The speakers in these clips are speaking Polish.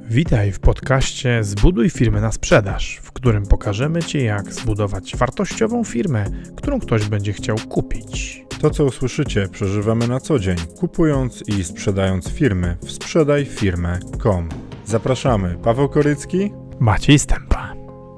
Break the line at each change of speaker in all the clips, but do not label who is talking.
Witaj w podcaście Zbuduj firmę na sprzedaż, w którym pokażemy Ci, jak zbudować wartościową firmę, którą ktoś będzie chciał kupić.
To, co usłyszycie, przeżywamy na co dzień, kupując i sprzedając firmy w sprzedajfirmę.com. Zapraszamy, Paweł Korycki,
Maciej Stępa.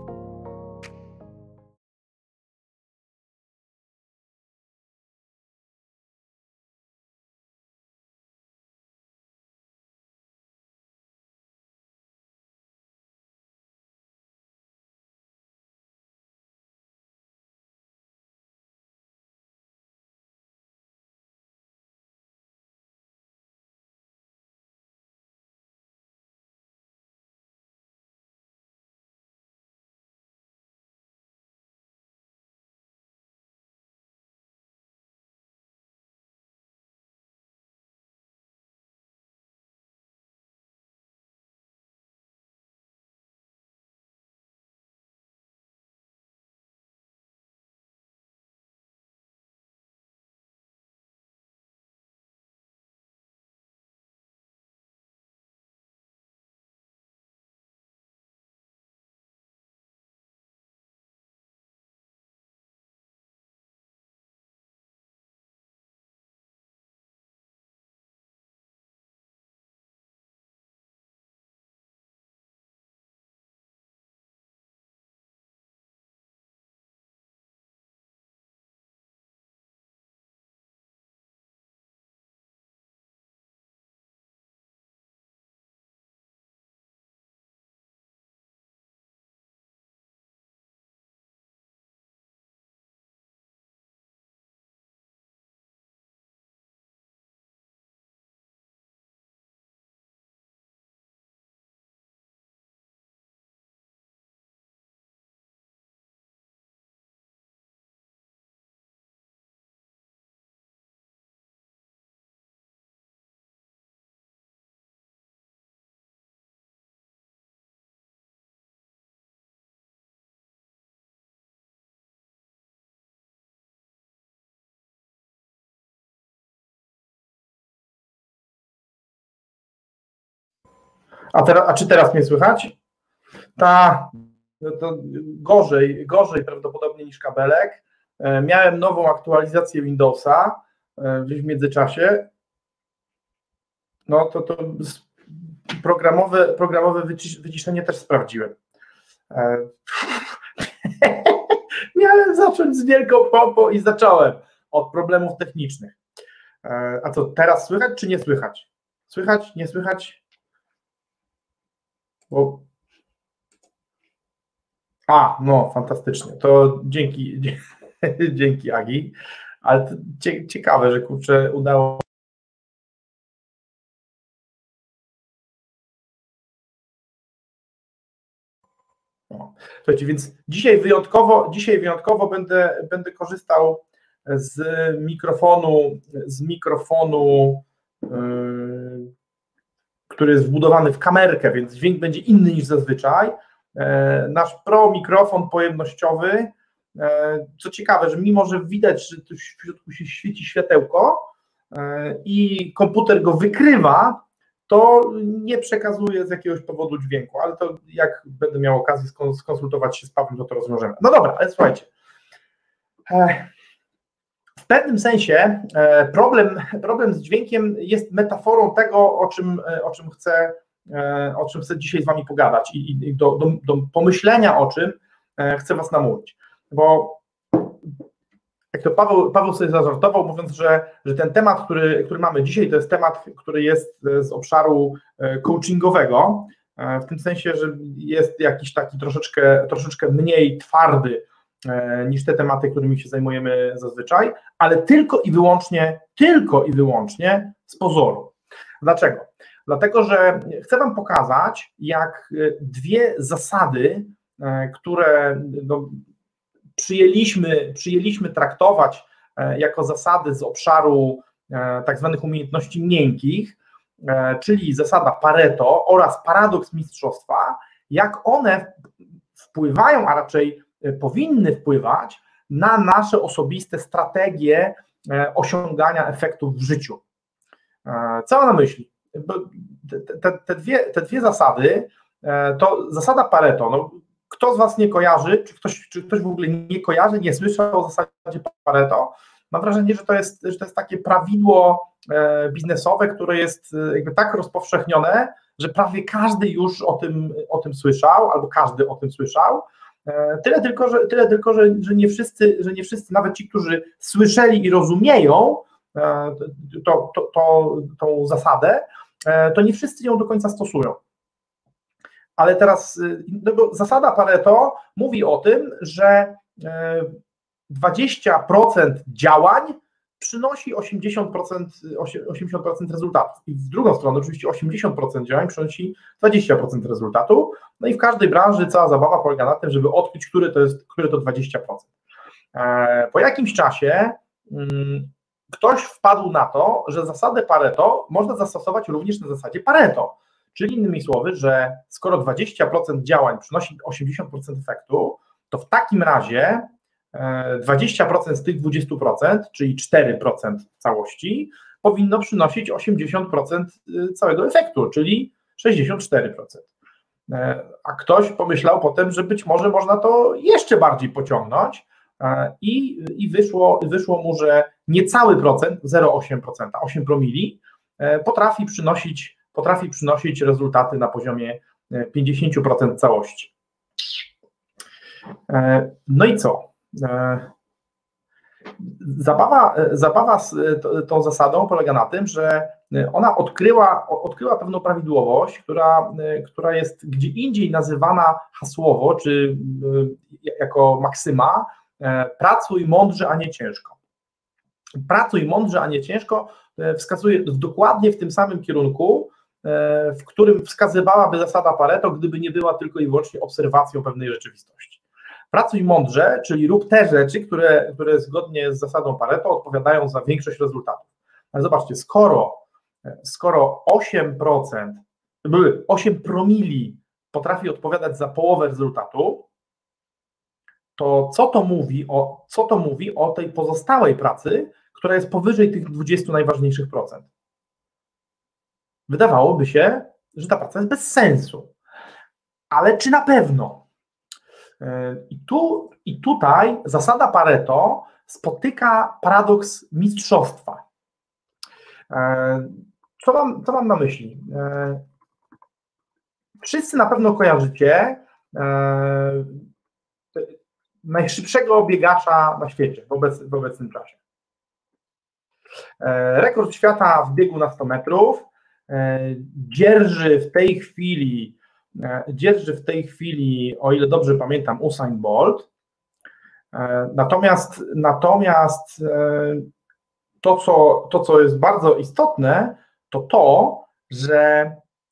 A czy teraz mnie słychać? To gorzej prawdopodobnie niż kabelek. Miałem nową aktualizację Windowsa gdzieś w międzyczasie. No to programowe wyciszenie też sprawdziłem. Miałem zacząć z wielką pompą i zacząłem od problemów technicznych. A co, teraz słychać czy nie słychać? Słychać, nie słychać? No fantastycznie, to dzięki Agi, ale to ciekawe, że kurczę udało. Słuchajcie, więc dzisiaj wyjątkowo będę korzystał z mikrofonu, który jest wbudowany w kamerkę, więc dźwięk będzie inny niż zazwyczaj. Nasz Pro mikrofon pojemnościowy, co ciekawe, że mimo, że widać, że tu w środku się świeci światełko i komputer go wykrywa, to nie przekazuje z jakiegoś powodu dźwięku, ale to jak będę miał okazję skonsultować się z Pawłem, to rozwiążemy. No dobra, ale słuchajcie, w pewnym sensie problem z dźwiękiem jest metaforą tego, o czym chcę dzisiaj z wami pogadać i do pomyślenia o czym chcę was namówić, bo jak to Paweł sobie zażartował, mówiąc, że ten temat, który mamy dzisiaj, to jest temat, który jest z obszaru coachingowego, w tym sensie, że jest jakiś taki troszeczkę mniej twardy niż te tematy, którymi się zajmujemy zazwyczaj, ale tylko i wyłącznie z pozoru. Dlaczego? Dlatego, że chcę wam pokazać, jak dwie zasady, które przyjęliśmy traktować jako zasady z obszaru tak zwanych umiejętności miękkich, czyli zasada Pareto oraz paradoks mistrzostwa, jak one wpływają, a raczej powinny wpływać na nasze osobiste strategie osiągania efektów w życiu. Co mam na myśli? te dwie zasady, to zasada Pareto, no, kto z Was nie kojarzy, czy ktoś w ogóle nie kojarzy, nie słyszał o zasadzie Pareto, mam wrażenie, że to jest takie prawidło biznesowe, które jest jakby tak rozpowszechnione, że prawie każdy już o tym słyszał, albo każdy o tym słyszał. Tyle tylko, że nie wszyscy, nawet ci, którzy słyszeli i rozumieją tą zasadę, to nie wszyscy ją do końca stosują. Ale teraz bo zasada Pareto mówi o tym, że 20% działań przynosi 80% rezultatów. I w drugą stronę oczywiście 80% działań przynosi 20% rezultatu. No i w każdej branży cała zabawa polega na tym, żeby odkryć, które to 20%. Po jakimś czasie ktoś wpadł na to, że zasadę Pareto można zastosować również na zasadzie Pareto. Czyli innymi słowy, że skoro 20% działań przynosi 80% efektu, to w takim razie 20% z tych 20%, czyli 4% całości, powinno przynosić 80% całego efektu, czyli 64%. A ktoś pomyślał potem, że być może można to jeszcze bardziej pociągnąć i wyszło mu, że niecały procent, 0,8%, 8 promili, potrafi przynosić rezultaty na poziomie 50% całości. No i co? Zabawa z tą zasadą polega na tym, że ona odkryła pewną prawidłowość, która jest gdzie indziej nazywana hasłowo, czy jako maksyma: pracuj mądrze, a nie ciężko. Pracuj mądrze, a nie ciężko wskazuje dokładnie w tym samym kierunku, w którym wskazywałaby zasada Pareto, gdyby nie była tylko i wyłącznie obserwacją pewnej rzeczywistości. Pracuj mądrze, czyli rób te rzeczy, które zgodnie z zasadą Pareto odpowiadają za większość rezultatów. Ale zobaczcie, skoro 8 promili potrafi odpowiadać za połowę rezultatu, to co to mówi o tej pozostałej pracy, która jest powyżej tych 20 najważniejszych procent? Wydawałoby się, że ta praca jest bez sensu. Ale czy na pewno? I tutaj zasada Pareto spotyka paradoks mistrzostwa. Co mam na myśli? Wszyscy na pewno kojarzycie najszybszego biegacza na świecie w obecnym czasie. Rekord świata w biegu na 100 metrów dzierży w tej chwili, o ile dobrze pamiętam, Usain Bolt. Natomiast to, co jest bardzo istotne, to, że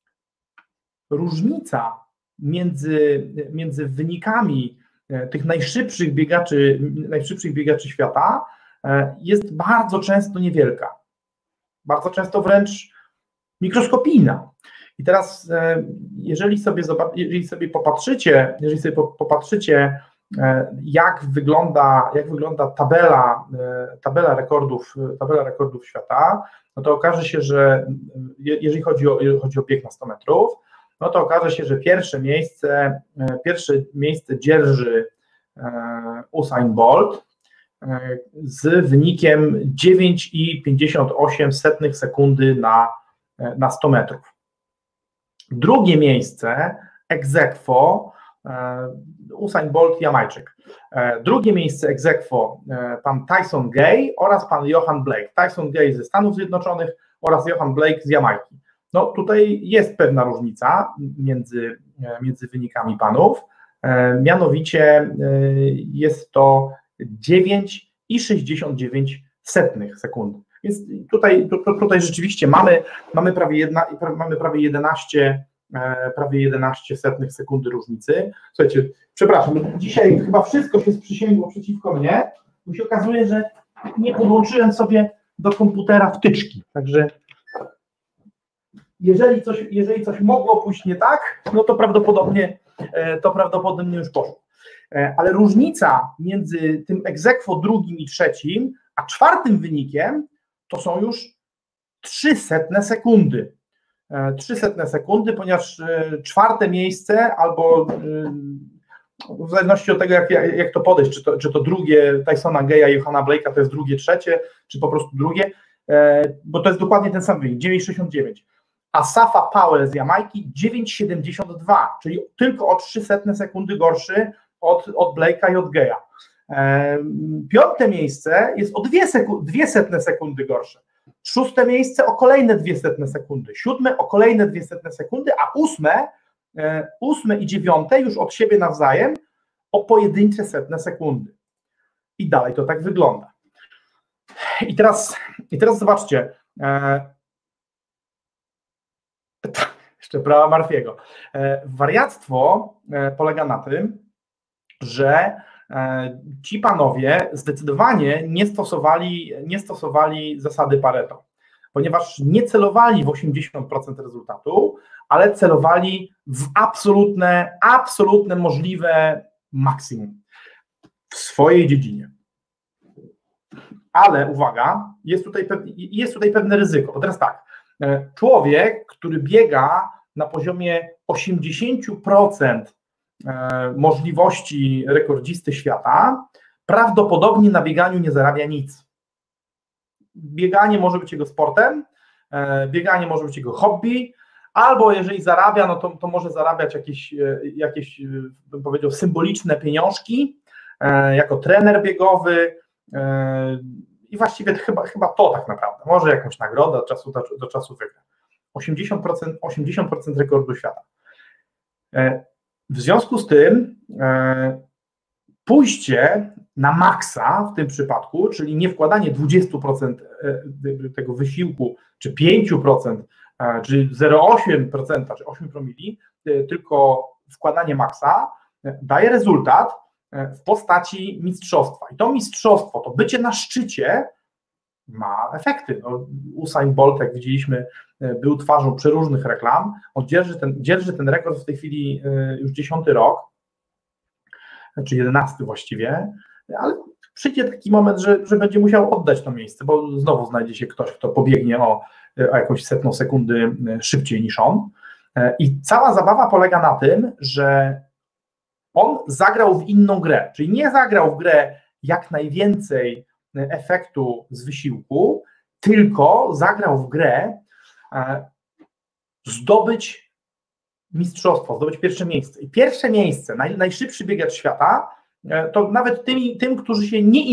różnica między wynikami tych najszybszych biegaczy świata jest bardzo często niewielka. Bardzo często wręcz mikroskopijna. I teraz, jeżeli sobie popatrzycie, jak wygląda tabela rekordów świata, no to okaże się, że jeżeli chodzi o bieg na 100 metrów, no to okaże się, że pierwsze miejsce dzierży Usain Bolt z wynikiem 9,58 sekundy na 100 metrów. Drugie miejsce ex aequo Usain Bolt, Jamajczyk. Drugie miejsce ex aequo pan Tyson Gay oraz pan Johan Blake. Tyson Gay ze Stanów Zjednoczonych oraz Johan Blake z Jamajki. No tutaj jest pewna różnica między wynikami panów, mianowicie jest to 9,69 sekundy. Więc tutaj rzeczywiście mamy prawie 11 sekundy różnicy. Słuchajcie, przepraszam, dzisiaj chyba wszystko się sprzysięgło przeciwko mnie, bo się okazuje, że nie podłączyłem sobie do komputera wtyczki. Także jeżeli coś mogło pójść nie tak, no to prawdopodobnie już poszło. Ale różnica między tym ex aequo drugim i trzecim, a czwartym wynikiem to są już 0,03 sekundy. 0,03 sekundy, ponieważ czwarte miejsce albo w zależności od tego, jak to podejść, czy to drugie Tysona Geja i Johana Blake'a to jest drugie, trzecie, czy po prostu drugie, bo to jest dokładnie ten sam wynik, 9,69. A Safa Powell z Jamajki 9,72, czyli tylko o 0,03 sekundy gorszy od Blake'a i od Geja. Piąte miejsce jest o 0,02 sekundy gorsze. Szóste miejsce o kolejne 0,02 sekundy. Siódme o kolejne 0,02 sekundy, a ósme i dziewiąte już od siebie nawzajem o pojedyncze 0,01 sekundy. I dalej to tak wygląda. I teraz zobaczcie, jeszcze prawa Murphy'ego. Wariactwo polega na tym, że ci panowie zdecydowanie nie stosowali zasady Pareto, ponieważ nie celowali w 80% rezultatu, ale celowali w absolutne możliwe maksimum w swojej dziedzinie. Ale uwaga, jest tutaj pewne ryzyko, bo teraz tak, człowiek, który biega na poziomie 80% możliwości rekordzisty świata, prawdopodobnie na bieganiu nie zarabia nic. Bieganie może być jego sportem, bieganie może być jego hobby, albo jeżeli zarabia, no to może zarabiać jakieś, bym powiedział, symboliczne pieniążki, jako trener biegowy i właściwie chyba to tak naprawdę, może jakąś nagrodę od czasu do czasu wygra. 80% rekordu świata. W związku z tym pójście na maksa w tym przypadku, czyli nie wkładanie 20% tego wysiłku, czy 5%, czy 0,8%, czy 8 promili, tylko wkładanie maksa daje rezultat w postaci mistrzostwa. I to mistrzostwo, to bycie na szczycie ma efekty. No, Usain Bolt, jak widzieliśmy, był twarzą przeróżnych reklam. On dzierży ten rekord w tej chwili już 10. rok, czy 11 właściwie, ale przyjdzie taki moment, że będzie musiał oddać to miejsce, bo znowu znajdzie się ktoś, kto pobiegnie o jakąś 0,01 sekundy szybciej niż on. I cała zabawa polega na tym, że on zagrał w inną grę, czyli nie zagrał w grę jak najwięcej efektu z wysiłku, tylko zagrał w grę zdobyć mistrzostwo, zdobyć pierwsze miejsce. I pierwsze miejsce, najszybszy biegacz świata, to nawet tym, którzy się nie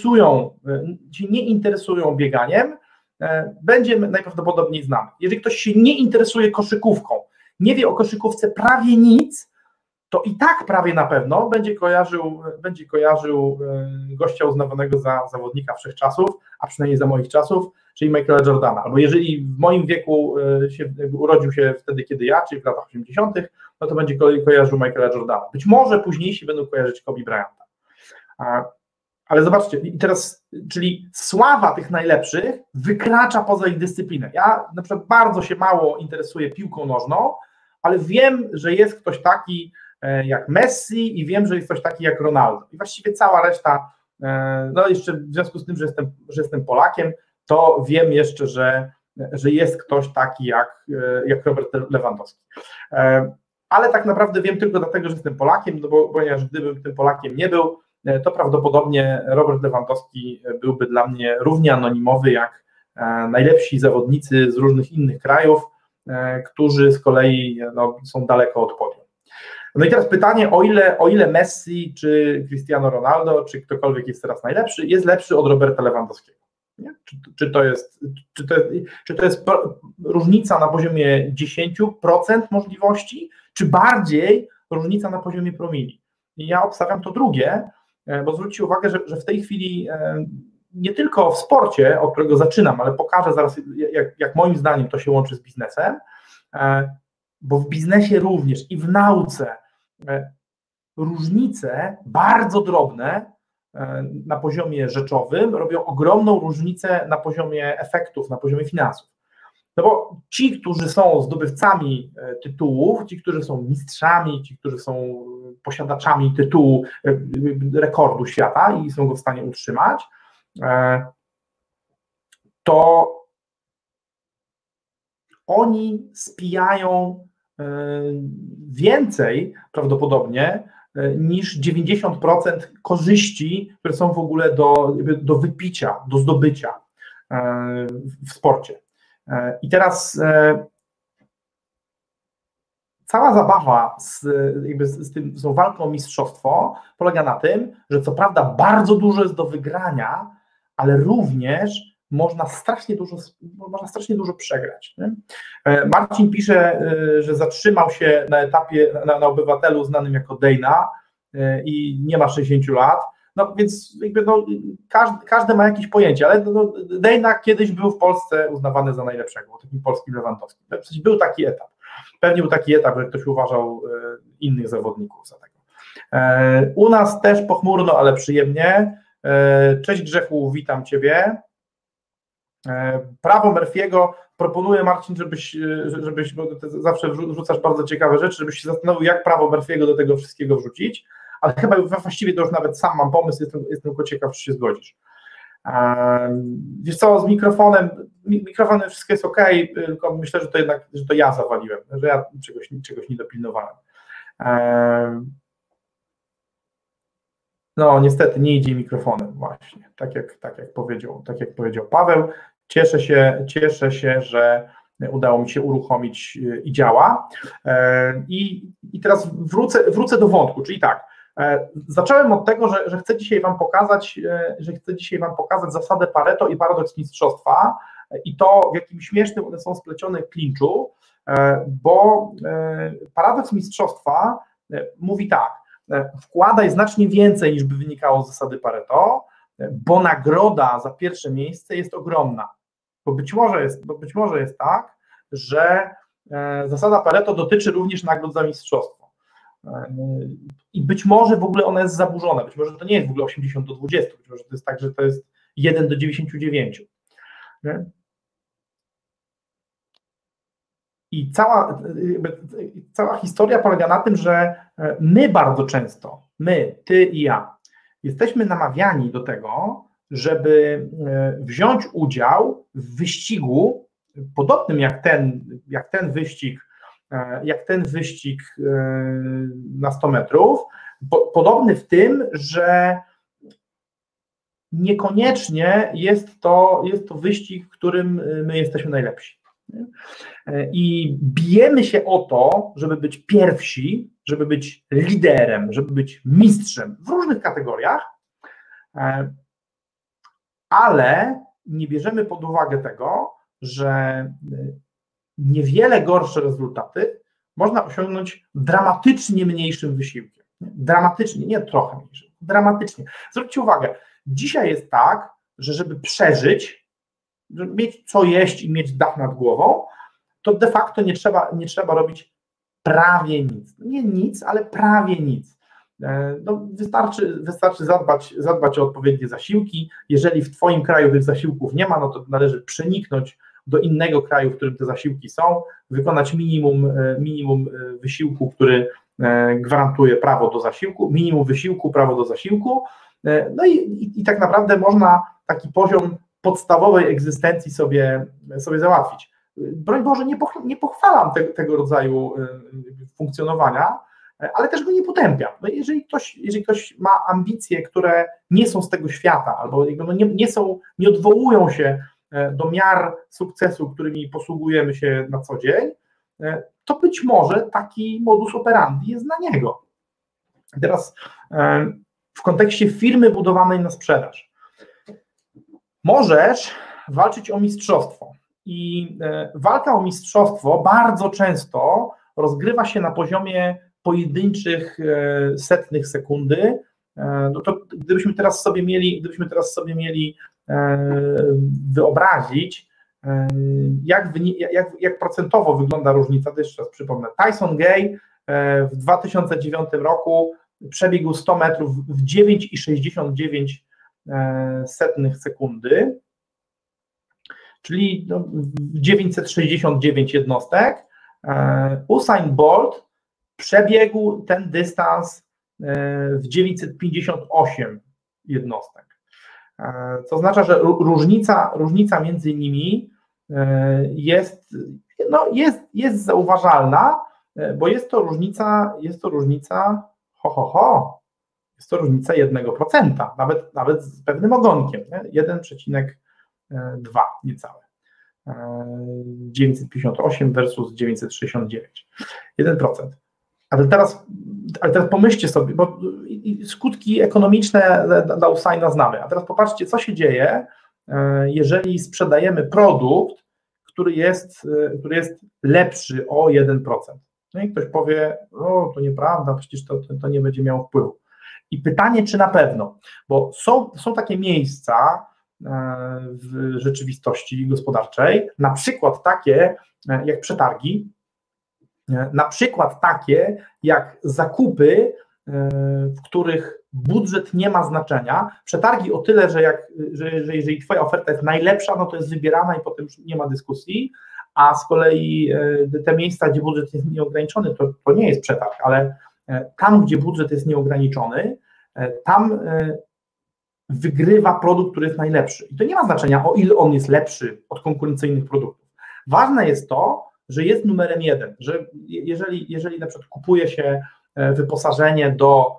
interesują bieganiem, będzie najprawdopodobniej znany. Jeżeli ktoś się nie interesuje koszykówką, nie wie o koszykówce prawie nic, to i tak prawie na pewno będzie kojarzył gościa uznawanego za zawodnika wszechczasów, a przynajmniej za moich czasów, czyli Michaela Jordana. Albo jeżeli w moim wieku urodził się wtedy, kiedy ja, czyli w latach 80., no to będzie kojarzył Michaela Jordana. Być może późniejsi będą kojarzyć Kobe Bryanta. Ale zobaczcie, i teraz, czyli sława tych najlepszych wykracza poza ich dyscyplinę. Ja na przykład bardzo się mało interesuję piłką nożną, ale wiem, że jest ktoś taki jak Messi i wiem, że jest ktoś taki jak Ronaldo. I właściwie cała reszta, no jeszcze w związku z tym, że jestem Polakiem, to wiem jeszcze, że jest ktoś taki jak Robert Lewandowski. Ale tak naprawdę wiem tylko dlatego, że jestem Polakiem, no ponieważ gdybym tym Polakiem nie był, to prawdopodobnie Robert Lewandowski byłby dla mnie równie anonimowy jak najlepsi zawodnicy z różnych innych krajów, którzy z kolei są daleko od podium. No i teraz pytanie, o ile Messi, czy Cristiano Ronaldo, czy ktokolwiek jest teraz najlepszy, jest lepszy od Roberta Lewandowskiego? Nie? Czy to jest różnica na poziomie 10% możliwości, czy bardziej różnica na poziomie promili? I ja obstawiam to drugie, bo zwróćcie uwagę, że w tej chwili nie tylko w sporcie, od którego zaczynam, ale pokażę zaraz, jak moim zdaniem to się łączy z biznesem, bo w biznesie również i w nauce różnice bardzo drobne na poziomie rzeczowym robią ogromną różnicę na poziomie efektów, na poziomie finansów. No bo ci, którzy są zdobywcami tytułów, ci, którzy są mistrzami, ci, którzy są posiadaczami tytułu, rekordu świata i są go w stanie utrzymać, to oni spijają więcej prawdopodobnie niż 90% korzyści, które są w ogóle do wypicia, do zdobycia w sporcie. I teraz cała zabawa z tą walką o mistrzostwo polega na tym, że co prawda bardzo dużo jest do wygrania, ale również można strasznie dużo przegrać. Nie? Marcin pisze, że zatrzymał się na etapie, na obywatelu znanym jako Dana i nie ma 60 lat, no więc jakby każdy ma jakieś pojęcie, ale Dana kiedyś był w Polsce uznawany za najlepszego, takim polskim Lewandowskim. W sensie był taki etap. Pewnie był taki etap, że ktoś uważał innych zawodników za tego. U nas też pochmurno, ale przyjemnie. Cześć Grzechu, witam Ciebie. Prawo Murphy'ego, proponuję Marcin, żebyś bo ty zawsze wrzucasz bardzo ciekawe rzeczy, żebyś się zastanowił, jak prawo Murphy'ego do tego wszystkiego wrzucić, ale chyba właściwie to już nawet sam mam pomysł, jestem tylko ciekaw, czy się zgodzisz. Wiesz co, z mikrofonem wszystko jest ok, tylko myślę, że to jednak, że to ja zawaliłem, że ja czegoś nie dopilnowałem. No niestety nie idzie mikrofonem właśnie, tak jak powiedział Paweł. Cieszę się, że udało mi się uruchomić i działa. I teraz wrócę do wątku, czyli tak, zacząłem od tego, że chcę dzisiaj Wam pokazać zasadę Pareto i paradoks mistrzostwa i to, w jakim śmiesznym one są splecione w klinczu, bo paradoks mistrzostwa mówi tak: wkładaj znacznie więcej, niż by wynikało z zasady Pareto, bo nagroda za pierwsze miejsce jest ogromna. Bo być może jest tak, że zasada Pareto dotyczy również nagród za mistrzostwo. I być może w ogóle ona jest zaburzona, być może to nie jest w ogóle 80/20, być może to jest tak, że to jest 1/99. Nie? I cała historia polega na tym, że my bardzo często, ty i ja, jesteśmy namawiani do tego, żeby wziąć udział w wyścigu podobnym jak ten wyścig na 100 metrów, podobny w tym, że niekoniecznie jest to wyścig, w którym my jesteśmy najlepsi. I bijemy się o to, żeby być pierwsi, żeby być liderem, żeby być mistrzem w różnych kategoriach, ale nie bierzemy pod uwagę tego, że niewiele gorsze rezultaty można osiągnąć dramatycznie mniejszym wysiłkiem. Dramatycznie, nie trochę mniejszym, dramatycznie. Zwróćcie uwagę, dzisiaj jest tak, że żeby przeżyć, żeby mieć co jeść i mieć dach nad głową, to de facto nie trzeba robić prawie nic. Nie nic, ale prawie nic. No, wystarczy zadbać o odpowiednie zasiłki. Jeżeli w Twoim kraju tych zasiłków nie ma, no to należy przeniknąć do innego kraju, w którym te zasiłki są, wykonać minimum wysiłku, który gwarantuje prawo do zasiłku, minimum wysiłku, prawo do zasiłku, no i tak naprawdę można taki poziom podstawowej egzystencji sobie załatwić. Broń Boże, nie pochwalam tego rodzaju funkcjonowania, ale też go nie potępiam. No jeżeli ktoś ma ambicje, które nie są z tego świata, albo nie odwołują się do miar sukcesu, którymi posługujemy się na co dzień, to być może taki modus operandi jest dla niego. Teraz w kontekście firmy budowanej na sprzedaż. Możesz walczyć o mistrzostwo i walka o mistrzostwo bardzo często rozgrywa się na poziomie pojedynczych setnych sekundy. No to gdybyśmy teraz sobie mieli wyobrazić, jak procentowo wygląda różnica, to jeszcze raz przypomnę. Tyson Gay w 2009 roku przebiegł 100 metrów w 9,69 sekundy, czyli 969 jednostek. Usain Bolt przebiegł ten dystans w 958 jednostek. Co oznacza, że różnica między nimi jest no jest zauważalna, bo jest to różnica, jest to różnica 1%, nawet z pewnym ogonkiem, nie? 1,2 niecałe. 958 versus 969. 1%. Ale teraz pomyślcie sobie, bo skutki ekonomiczne dla Usaina znamy, a teraz popatrzcie, co się dzieje, jeżeli sprzedajemy produkt, który jest lepszy o 1%. No i ktoś powie, o to nieprawda, przecież to nie będzie miało wpływu. I pytanie, czy na pewno, bo są takie miejsca w rzeczywistości gospodarczej, na przykład takie jak przetargi, na przykład takie jak zakupy, w których budżet nie ma znaczenia. Przetargi o tyle, że jeżeli Twoja oferta jest najlepsza, no to jest wybierana i potem nie ma dyskusji, a z kolei te miejsca, gdzie budżet jest nieograniczony, to nie jest przetarg, ale tam, gdzie budżet jest nieograniczony, tam wygrywa produkt, który jest najlepszy. I to nie ma znaczenia, o ile on jest lepszy od konkurencyjnych produktów. Ważne jest to, że jest numerem 1, że jeżeli na przykład kupuje się wyposażenie do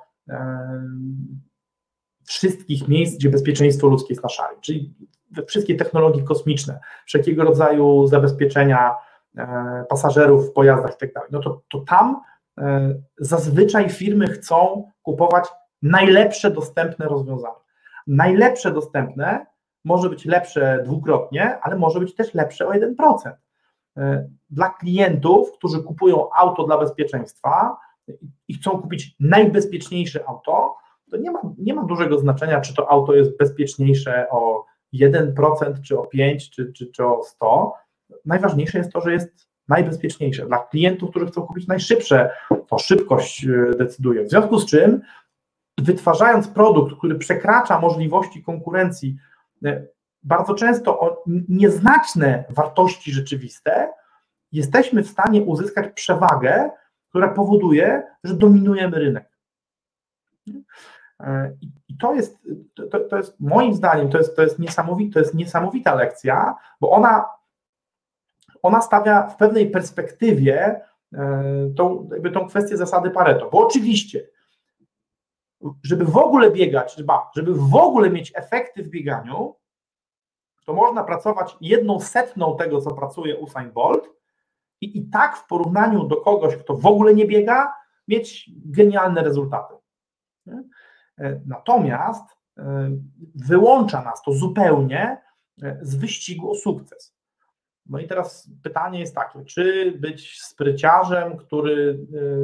wszystkich miejsc, gdzie bezpieczeństwo ludzkie jest na szali, czyli wszystkie technologie kosmiczne, wszelkiego rodzaju zabezpieczenia pasażerów w pojazdach i tak dalej, no to tam zazwyczaj firmy chcą kupować najlepsze dostępne rozwiązania. Najlepsze dostępne może być lepsze dwukrotnie, ale może być też lepsze o 1%. Dla klientów, którzy kupują auto dla bezpieczeństwa i chcą kupić najbezpieczniejsze auto, to nie ma dużego znaczenia, czy to auto jest bezpieczniejsze o 1%, czy o 5%, czy o 100%. Najważniejsze jest to, że jest najbezpieczniejsze. Dla klientów, którzy chcą kupić najszybsze, to szybkość decyduje. W związku z czym, wytwarzając produkt, który przekracza możliwości konkurencji, bardzo często o nieznaczne wartości rzeczywiste, jesteśmy w stanie uzyskać przewagę, która powoduje, że dominujemy rynek. I to jest moim zdaniem, to jest niesamowita lekcja, bo ona stawia w pewnej perspektywie tą kwestię zasady Pareto, bo oczywiście, żeby w ogóle biegać, żeby w ogóle mieć efekty w bieganiu, to można pracować 1/100 tego, co pracuje Usain Bolt i tak w porównaniu do kogoś, kto w ogóle nie biega, mieć genialne rezultaty. Natomiast wyłącza nas to zupełnie z wyścigu o sukces. No i teraz pytanie jest takie, czy być spryciarzem, który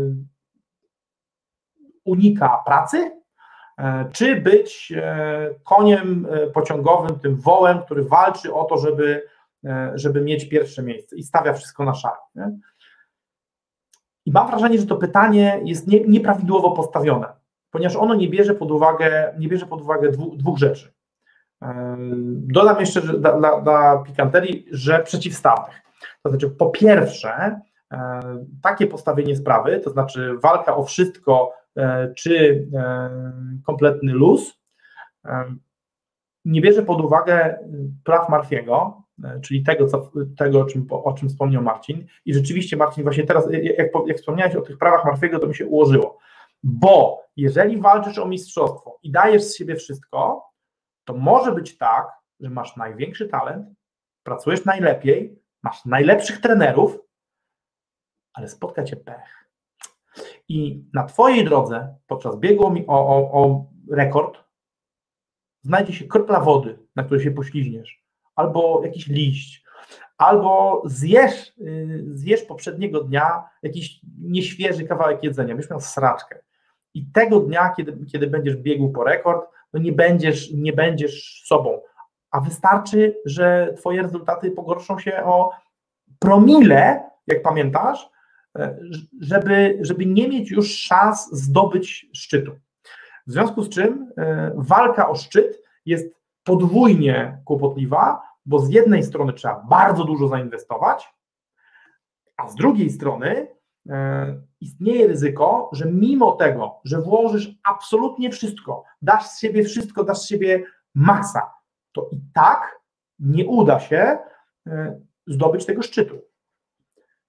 unika pracy, czy być koniem pociągowym, tym wołem, który walczy o to, żeby mieć pierwsze miejsce i stawia wszystko na szali. Nie? I mam wrażenie, że to pytanie jest nieprawidłowo postawione, ponieważ ono nie bierze pod uwagę dwóch rzeczy. Dodam jeszcze że dla pikanterii, że przeciwstawnych. To znaczy, po pierwsze, takie postawienie sprawy, to znaczy walka o wszystko, czy kompletny luz, nie bierze pod uwagę praw Murphy'ego, czyli tego o czym wspomniał Marcin. I rzeczywiście, Marcin, właśnie teraz, jak wspomniałeś o tych prawach Murphy'ego, to mi się ułożyło. Bo jeżeli walczysz o mistrzostwo i dajesz z siebie wszystko, to może być tak, że masz największy talent, pracujesz najlepiej, masz najlepszych trenerów, ale spotka cię pech. I na twojej drodze, podczas biegu o rekord, znajdzie się kropla wody, na której się poślizgniesz, albo jakiś liść, albo zjesz poprzedniego dnia jakiś nieświeży kawałek jedzenia, będziesz miał sraczkę. I tego dnia, kiedy będziesz biegł po rekord, no nie będziesz sobą. A wystarczy, że twoje rezultaty pogorszą się o promile, jak pamiętasz, żeby nie mieć już szans zdobyć szczytu. W związku z czym walka o szczyt jest podwójnie kłopotliwa, bo z jednej strony trzeba bardzo dużo zainwestować, a z drugiej strony istnieje ryzyko, że mimo tego, że włożysz absolutnie wszystko, dasz z siebie wszystko, dasz z siebie maksa, to i tak nie uda się zdobyć tego szczytu.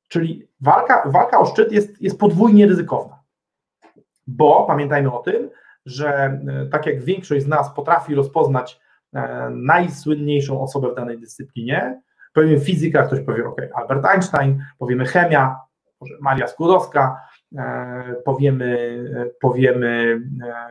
Czyli walka o szczyt jest podwójnie ryzykowna, bo pamiętajmy o tym, że tak jak większość z nas potrafi rozpoznać najsłynniejszą osobę w danej dyscyplinie, powiemy fizyka, ktoś powie ok, Albert Einstein, powiemy chemia, może Maria Skłodowska, powiemy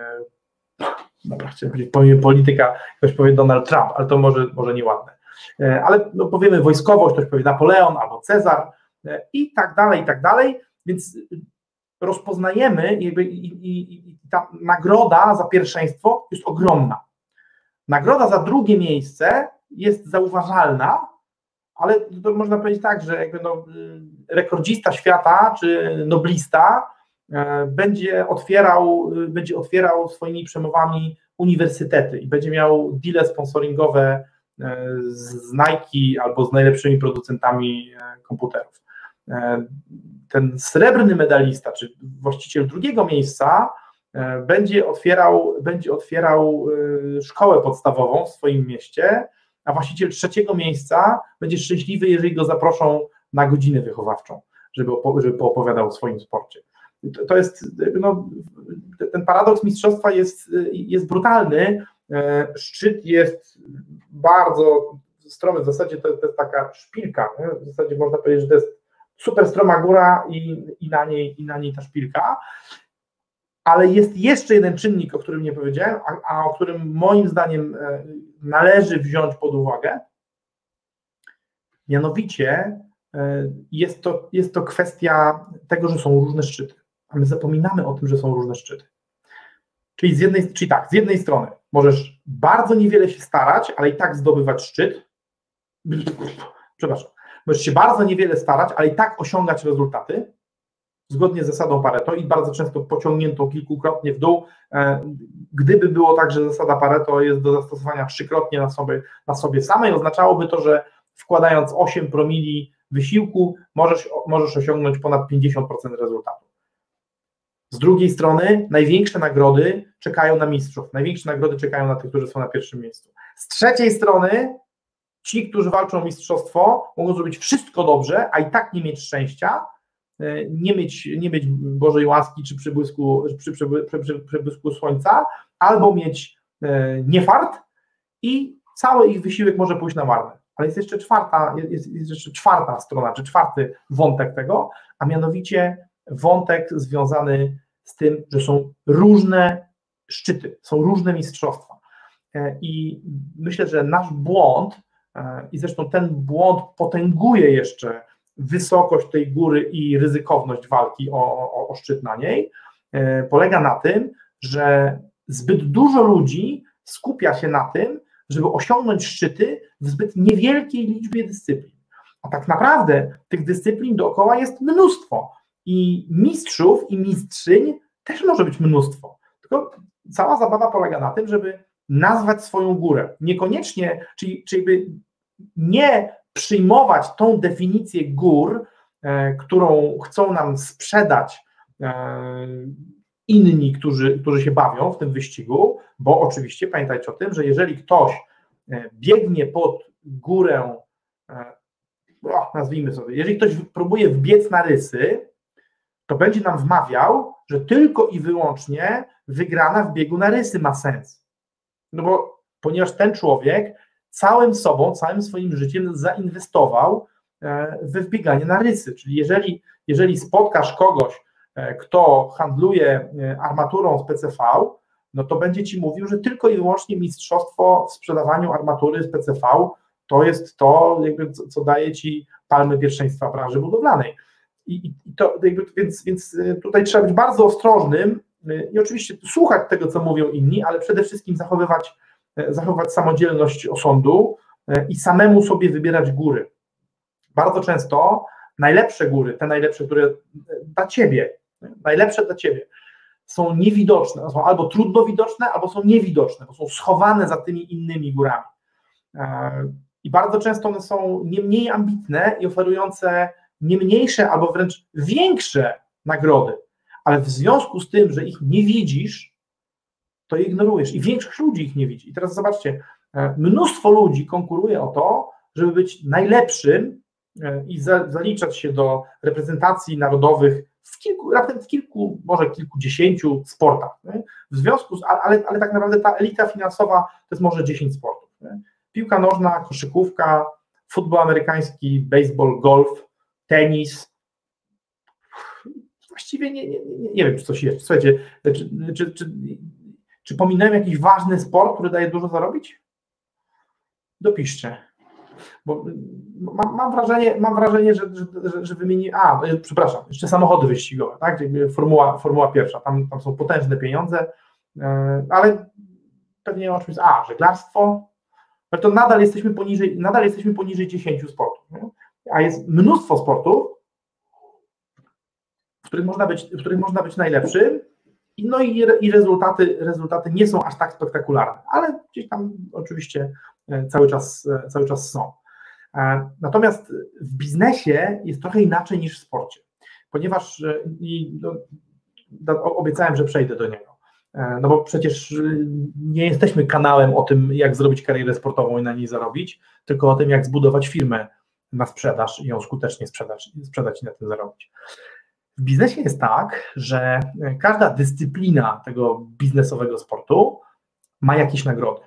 polityka, ktoś powie Donald Trump, ale to może nieładne, ale no powiemy wojskowość, ktoś powie Napoleon albo Cezar i tak dalej, więc rozpoznajemy i ta nagroda za pierwszeństwo jest ogromna. Nagroda za drugie miejsce jest zauważalna, ale to można powiedzieć tak, że jakby rekordzista świata czy noblista będzie otwierał swoimi przemowami uniwersytety i będzie miał deale sponsoringowe z Nike albo z najlepszymi producentami komputerów. Ten srebrny medalista, czy właściciel drugiego miejsca będzie otwierał szkołę podstawową w swoim mieście, a właściciel trzeciego miejsca będzie szczęśliwy, jeżeli go zaproszą na godzinę wychowawczą, żeby poopowiadał o swoim sporcie. To jest, ten paradoks mistrzostwa jest brutalny, szczyt jest bardzo stromy, w zasadzie to jest taka szpilka, nie? W zasadzie można powiedzieć, że to jest super stroma góra i na niej ta szpilka, ale jest jeszcze jeden czynnik, o którym nie powiedziałem, a o którym moim zdaniem należy wziąć pod uwagę, mianowicie jest to kwestia tego, że są różne szczyty, a my zapominamy o tym, że są różne szczyty. Czyli z jednej strony możesz bardzo niewiele się starać, ale i tak zdobywać szczyt, możesz się bardzo niewiele starać, ale i tak osiągać rezultaty, zgodnie z zasadą Pareto i bardzo często pociągniętą kilkukrotnie w dół. Gdyby było tak, że zasada Pareto jest do zastosowania trzykrotnie na sobie samej, oznaczałoby to, że wkładając 8 promili wysiłku możesz osiągnąć ponad 50% rezultatu. Z drugiej strony największe nagrody czekają na mistrzów, największe nagrody czekają na tych, którzy są na pierwszym miejscu. Z trzeciej strony ci, którzy walczą o mistrzostwo, mogą zrobić wszystko dobrze, a i tak nie mieć szczęścia, nie mieć Bożej łaski czy przebłysku słońca, albo mieć niefart i cały ich wysiłek może pójść na marne. Ale jest jeszcze czwarta strona, czy czwarty wątek tego, a mianowicie wątek związany z tym, że są różne szczyty, są różne mistrzostwa. I myślę, że nasz błąd, i zresztą ten błąd potęguje jeszcze wysokość tej góry i ryzykowność walki o szczyt na niej, polega na tym, że zbyt dużo ludzi skupia się na tym, żeby osiągnąć szczyty w zbyt niewielkiej liczbie dyscyplin. A tak naprawdę tych dyscyplin dookoła jest mnóstwo i mistrzów i mistrzyń też może być mnóstwo. Tylko cała zabawa polega na tym, żeby nazwać swoją górę. Niekoniecznie, czyli nie przyjmować tą definicję gór, którą chcą nam sprzedać inni, którzy się bawią w tym wyścigu, bo oczywiście pamiętajcie o tym, że jeżeli ktoś biegnie pod górę, nazwijmy sobie, jeżeli ktoś próbuje wbiec na rysy, to będzie nam wmawiał, że tylko i wyłącznie wygrana w biegu na rysy ma sens. No bo ponieważ ten człowiek całym swoim życiem zainwestował we wbieganie na rysy, czyli jeżeli spotkasz kogoś, kto handluje armaturą z PCV, no to będzie ci mówił, że tylko i wyłącznie mistrzostwo w sprzedawaniu armatury z PCV to jest to, co daje ci palmę pierwszeństwa branży budowlanej. Więc tutaj trzeba być bardzo ostrożnym i oczywiście słuchać tego, co mówią inni, ale przede wszystkim zachowywać samodzielność osądu i samemu sobie wybierać góry. Bardzo często najlepsze góry, te najlepsze, które najlepsze dla ciebie, są niewidoczne, są albo trudno widoczne, albo są niewidoczne, bo są schowane za tymi innymi górami. I bardzo często one są nie mniej ambitne i oferujące nie mniejsze, albo wręcz większe nagrody, ale w związku z tym, że ich nie widzisz, to je ignorujesz i większość ludzi ich nie widzi. I teraz zobaczcie, mnóstwo ludzi konkuruje o to, żeby być najlepszym i zaliczać się do reprezentacji narodowych raptem w kilku, może kilkudziesięciu sportach. Nie? W związku z, ale tak naprawdę ta elita finansowa to jest może 10 sportów. Nie? Piłka nożna, koszykówka, futbol amerykański, baseball, golf, tenis. Właściwie nie wiem, czy coś jeszcze. Słuchajcie, czy pominąłem jakiś ważny sport, który daje dużo zarobić? Dopiszcie. Bo mam wrażenie, że wymieni. Przepraszam, jeszcze samochody wyścigowe, tak? Formuła pierwsza, tam są potężne pieniądze, ale pewnie o czymś. Żeglarstwo, ale to nadal jesteśmy poniżej 10 sportów. Nie? A jest mnóstwo sportów, w których można być najlepszym, i rezultaty nie są aż tak spektakularne, ale gdzieś tam oczywiście cały czas są. Natomiast w biznesie jest trochę inaczej niż w sporcie, ponieważ obiecałem, że przejdę do niego, no bo przecież nie jesteśmy kanałem o tym, jak zrobić karierę sportową i na niej zarobić, tylko o tym, jak zbudować firmę na sprzedaż i ją skutecznie sprzedać i na tym zarobić. W biznesie jest tak, że każda dyscyplina tego biznesowego sportu ma jakieś nagrody.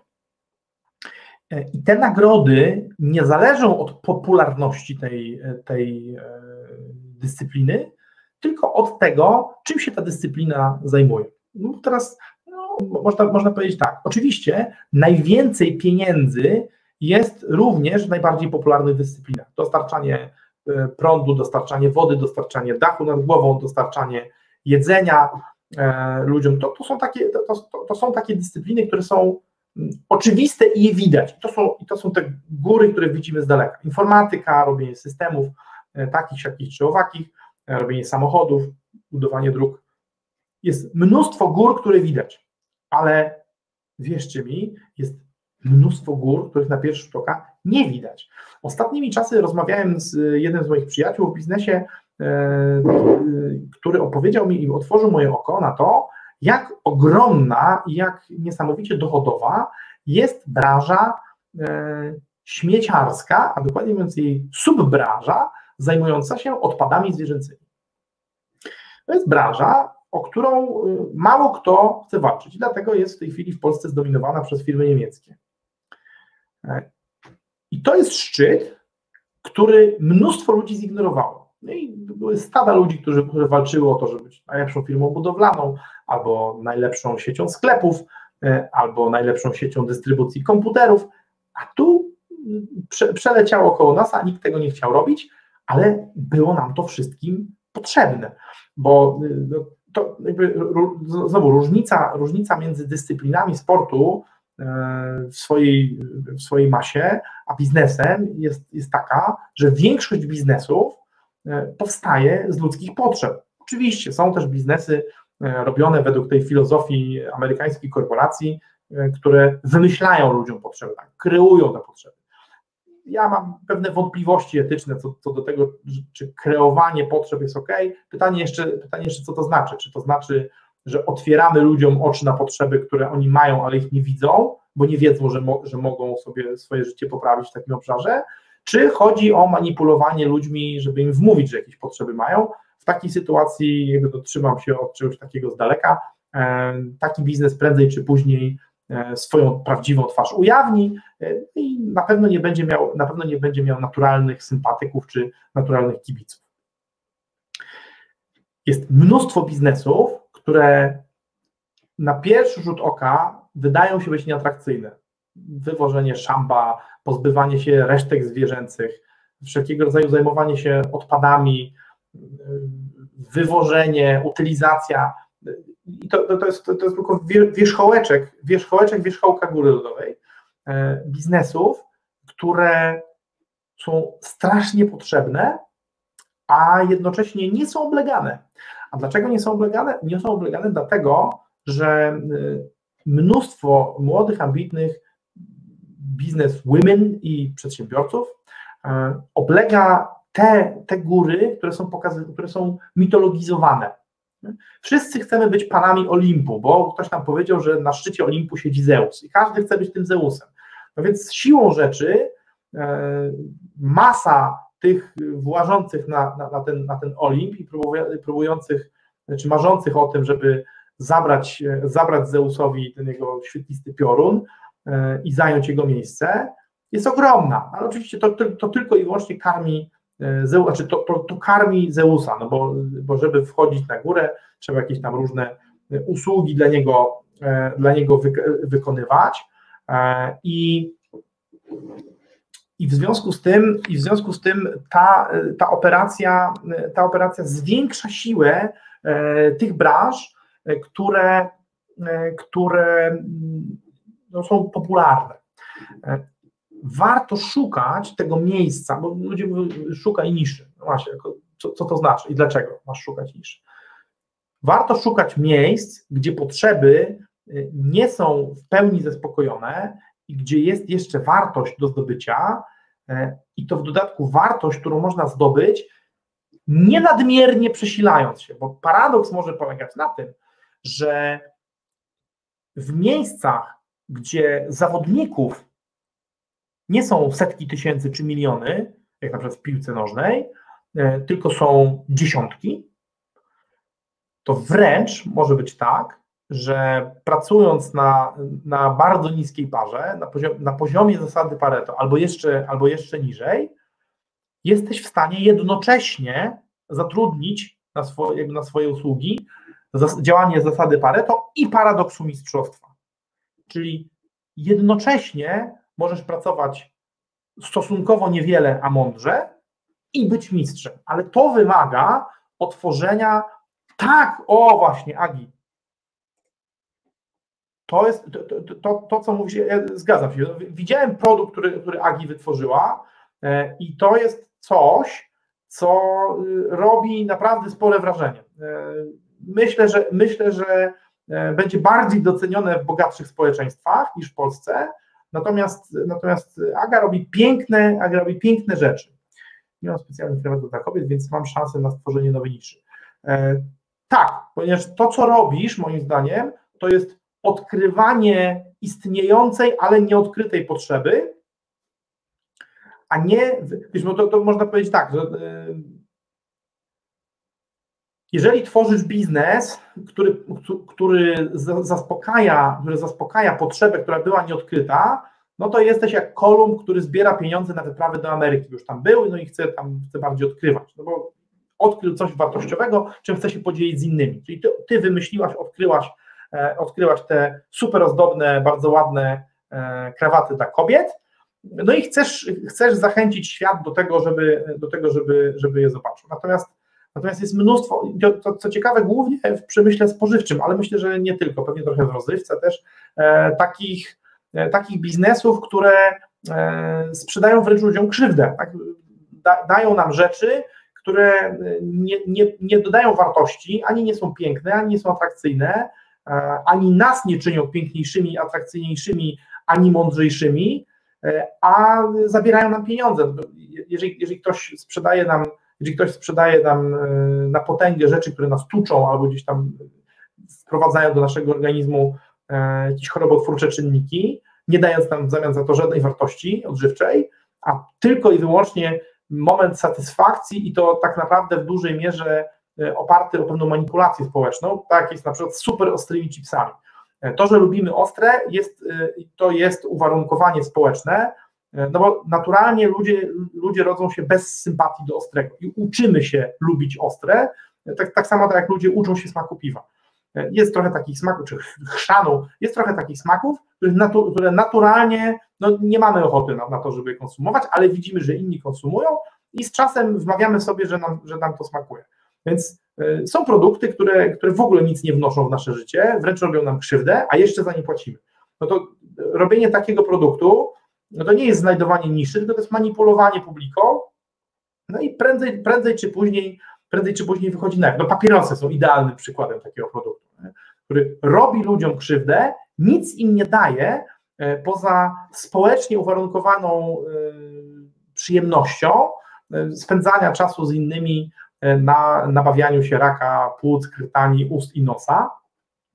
I te nagrody nie zależą od popularności tej dyscypliny, tylko od tego, czym się ta dyscyplina zajmuje. No teraz można powiedzieć tak, oczywiście najwięcej pieniędzy jest również w najbardziej popularnych dyscyplinach. Dostarczanie prądu, dostarczanie wody, dostarczanie dachu nad głową, dostarczanie jedzenia ludziom. To są takie dyscypliny, które są oczywiste i je widać. To są te góry, które widzimy z daleka. Informatyka, robienie systemów takich, siakich czy owakich, robienie samochodów, budowanie dróg. Jest mnóstwo gór, które widać, ale wierzcie mi, jest mnóstwo gór, których na pierwszy rzut oka nie widać. Ostatnimi czasy rozmawiałem z jednym z moich przyjaciół w biznesie, który opowiedział mi i otworzył moje oko na to, jak ogromna i jak niesamowicie dochodowa jest branża śmieciarska, a dokładnie mówiąc jej subbranża zajmująca się odpadami zwierzęcymi. To jest branża, o którą mało kto chce walczyć i dlatego jest w tej chwili w Polsce zdominowana przez firmy niemieckie. I to jest szczyt, który mnóstwo ludzi zignorowało. No i były stada ludzi, którzy walczyły o to, żeby być najlepszą firmą budowlaną, albo najlepszą siecią sklepów, albo najlepszą siecią dystrybucji komputerów, a tu przeleciało koło nas, a nikt tego nie chciał robić, ale było nam to wszystkim potrzebne, bo to jakby znowu różnica między dyscyplinami sportu w swojej masie, a biznesem jest taka, że większość biznesów powstaje z ludzkich potrzeb. Oczywiście są też biznesy robione według tej filozofii amerykańskich korporacji, które wymyślają ludziom potrzeby, tak, kreują te potrzeby. Ja mam pewne wątpliwości etyczne co do tego, czy kreowanie potrzeb jest ok. Pytanie jeszcze, co to znaczy? Czy to znaczy, że otwieramy ludziom oczy na potrzeby, które oni mają, ale ich nie widzą, bo nie wiedzą, że mogą sobie swoje życie poprawić w takim obszarze? Czy chodzi o manipulowanie ludźmi, żeby im wmówić, że jakieś potrzeby mają? W takiej sytuacji jakby trzymam się od czegoś takiego z daleka. Taki biznes prędzej czy później swoją prawdziwą twarz ujawni i na pewno nie będzie miał naturalnych sympatyków czy naturalnych kibiców. Jest mnóstwo biznesów, które na pierwszy rzut oka wydają się być nieatrakcyjne. Wywożenie szamba, pozbywanie się resztek zwierzęcych, wszelkiego rodzaju zajmowanie się odpadami, wywożenie, utylizacja. I to jest tylko wierzchołka góry lodowej biznesów, które są strasznie potrzebne, a jednocześnie nie są oblegane. A dlaczego nie są oblegane? Nie są oblegane dlatego, że mnóstwo młodych, ambitnych bizneswomen i przedsiębiorców oblega te góry, które są mitologizowane. Wszyscy chcemy być panami Olimpu, bo ktoś nam powiedział, że na szczycie Olimpu siedzi Zeus i każdy chce być tym Zeusem. No więc siłą rzeczy masa tych włażących na ten Olimp i próbujących, czy marzących o tym, żeby zabrać Zeusowi ten jego świetlisty piorun i zająć jego miejsce, jest ogromna, ale oczywiście to tylko i wyłącznie karmi znaczy to karmi Zeusa, no bo żeby wchodzić na górę, trzeba jakieś tam różne usługi dla niego wykonywać i w związku z tym ta operacja zwiększa siłę tych branż, które no, są popularne. Warto szukać tego miejsca, bo ludzie mówią, szukaj niszy. No właśnie, co to znaczy i dlaczego masz szukać niszy? Warto szukać miejsc, gdzie potrzeby nie są w pełni zaspokojone i gdzie jest jeszcze wartość do zdobycia i to w dodatku wartość, którą można zdobyć, nie nadmiernie przesilając się, bo paradoks może polegać na tym, że w miejscach, gdzie zawodników nie są setki tysięcy czy miliony, jak na przykład w piłce nożnej, tylko są dziesiątki, to wręcz może być tak, że pracując na bardzo niskiej parze, na poziomie zasady Pareto albo jeszcze niżej, jesteś w stanie jednocześnie zatrudnić na swoje usługi działanie zasady Pareto i paradoksu mistrzostwa. Czyli jednocześnie możesz pracować stosunkowo niewiele, a mądrze i być mistrzem, ale to wymaga otworzenia, tak, o właśnie, Agi, to jest to co mówisz, ja zgadzam się, widziałem produkt, który Agi wytworzyła i to jest coś, co robi naprawdę spore wrażenie. Myślę, że będzie bardziej docenione w bogatszych społeczeństwach niż w Polsce, natomiast Aga robi piękne rzeczy. Nie mam specjalnych kredytów dla kobiet, więc mam szansę na stworzenie nowej niszy. Tak, ponieważ to, co robisz, moim zdaniem, to jest odkrywanie istniejącej, ale nieodkrytej potrzeby, a nie, wiesz, no to można powiedzieć tak, że jeżeli tworzysz biznes, który zaspokaja potrzebę, która była nieodkryta, no to jesteś jak Kolumb, który zbiera pieniądze na wyprawy do Ameryki. Już tam był, no i chce bardziej odkrywać, no bo odkrył coś wartościowego, czym chce się podzielić z innymi. Czyli ty wymyśliłaś, odkryłaś te super ozdobne, bardzo ładne krawaty dla kobiet, no i chcesz zachęcić świat do tego, żeby je zobaczył. Natomiast jest mnóstwo, to co ciekawe, głównie w przemyśle spożywczym, ale myślę, że nie tylko, pewnie trochę w rozrywce też, takich biznesów, które sprzedają wręcz ludziom krzywdę, tak? Dają nam rzeczy, które nie dodają wartości, ani nie są piękne, ani nie są atrakcyjne, ani nas nie czynią piękniejszymi, atrakcyjniejszymi, ani mądrzejszymi, a zabierają nam pieniądze. Jeżeli ktoś sprzedaje nam na potęgę rzeczy, które nas tuczą albo gdzieś tam wprowadzają do naszego organizmu jakieś chorobotwórcze czynniki, nie dając nam w zamian za to żadnej wartości odżywczej, a tylko i wyłącznie moment satysfakcji i to tak naprawdę w dużej mierze oparty o pewną manipulację społeczną, tak jest na przykład z super ostrymi chipsami. To, że lubimy ostre, to jest uwarunkowanie społeczne, no bo naturalnie ludzie rodzą się bez sympatii do ostrego i uczymy się lubić ostre, tak samo jak ludzie uczą się smaku piwa. Jest trochę takich smaków, czy chrzanu, jest trochę takich smaków, które naturalnie nie mamy ochoty na to, żeby je konsumować, ale widzimy, że inni konsumują i z czasem wmawiamy sobie, że nam to smakuje. Więc są produkty, które w ogóle nic nie wnoszą w nasze życie, wręcz robią nam krzywdę, a jeszcze za nie płacimy. No to robienie takiego produktu, no to nie jest znajdowanie niszy, tylko to jest manipulowanie publiką, no i prędzej czy później wychodzi na jaw. No papierosy są idealnym przykładem takiego produktu, który robi ludziom krzywdę, nic im nie daje poza społecznie uwarunkowaną przyjemnością spędzania czasu z innymi na nabawianiu się raka płuc, krtani, ust i nosa.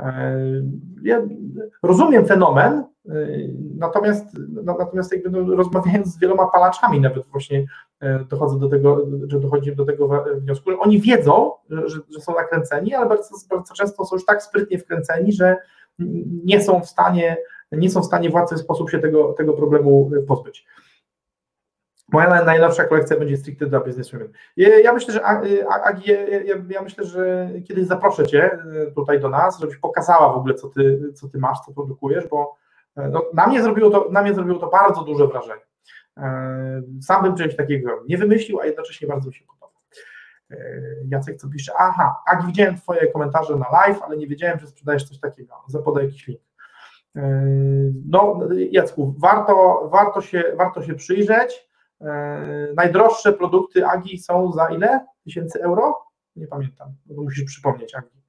Ja rozumiem fenomen, natomiast jakby rozmawiając z wieloma palaczami nawet właśnie dochodzę do tego, że dochodzi do tego wniosku, że oni wiedzą, że są nakręceni, ale bardzo często są już tak sprytnie wkręceni, że nie są w stanie w łatwy sposób się tego problemu pozbyć. Moja najnowsza kolekcja będzie stricte dla businesswomen. Ja myślę, że Agi, ja myślę, że kiedyś zaproszę Cię tutaj do nas, żebyś pokazała w ogóle, co ty masz, co produkujesz, bo no, na mnie zrobiło to bardzo duże wrażenie. Sam bym czegoś takiego nie wymyślił, a jednocześnie bardzo mi się podoba. Jacek, co pisze? Aha, Agi, widziałem Twoje komentarze na live, ale nie wiedziałem, że sprzedajesz coś takiego. Zapodaj jakiś link. No, Jacku, warto się przyjrzeć. Najdroższe produkty Agi są za ile? 1000 euro? Nie pamiętam, bo musisz przypomnieć, Agi.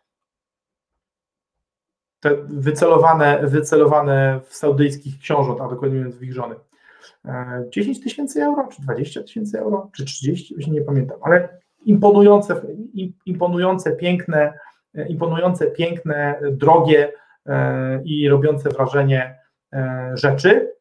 Te wycelowane w saudyjskich książąt, a dokładnie mówiąc w ich żony. 10 000 euro, czy 20 000 euro, czy 30, już nie pamiętam, ale imponujące, piękne, drogie i robiące wrażenie rzeczy,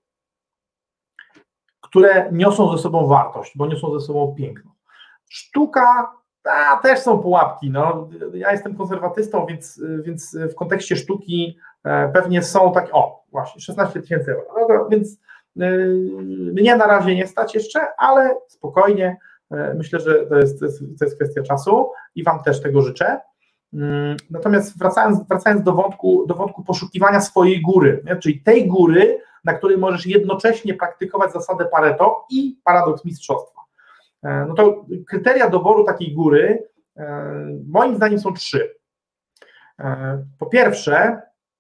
które niosą ze sobą wartość, bo niosą ze sobą piękno. Sztuka, też są pułapki. No, ja jestem konserwatystą, więc w kontekście sztuki pewnie są takie, właśnie 16 000 euro. No, więc mnie na razie nie stać jeszcze, ale spokojnie, myślę, że to jest kwestia czasu i Wam też tego życzę. Natomiast wracając do wątku poszukiwania swojej góry, nie? Czyli tej góry, na której możesz jednocześnie praktykować zasadę Pareto i paradoks mistrzostwa. No to kryteria doboru takiej góry moim zdaniem są 3. Po pierwsze,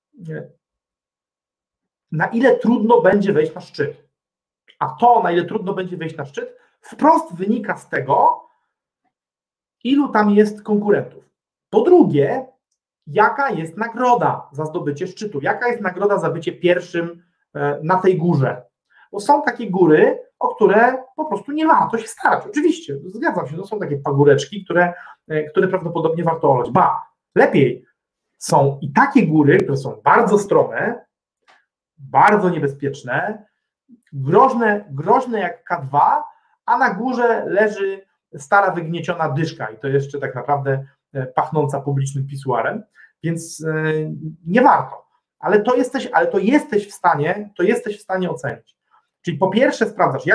na ile trudno będzie wejść na szczyt. A to, na ile trudno będzie wejść na szczyt, wprost wynika z tego, ilu tam jest konkurentów. Po drugie, jaka jest nagroda za zdobycie szczytu, jaka jest nagroda za bycie pierwszym na tej górze. Bo są takie góry, o które po prostu nie warto się starać. Oczywiście, zgadzam się, to są takie pagóreczki, które prawdopodobnie warto olać. Lepiej są i takie góry, które są bardzo strome, bardzo niebezpieczne, groźne jak K2, a na górze leży stara, wygnieciona dyszka i to jeszcze tak naprawdę pachnąca publicznym pisuarem, więc nie warto. Ale to jesteś w stanie ocenić. Czyli po pierwsze sprawdzasz,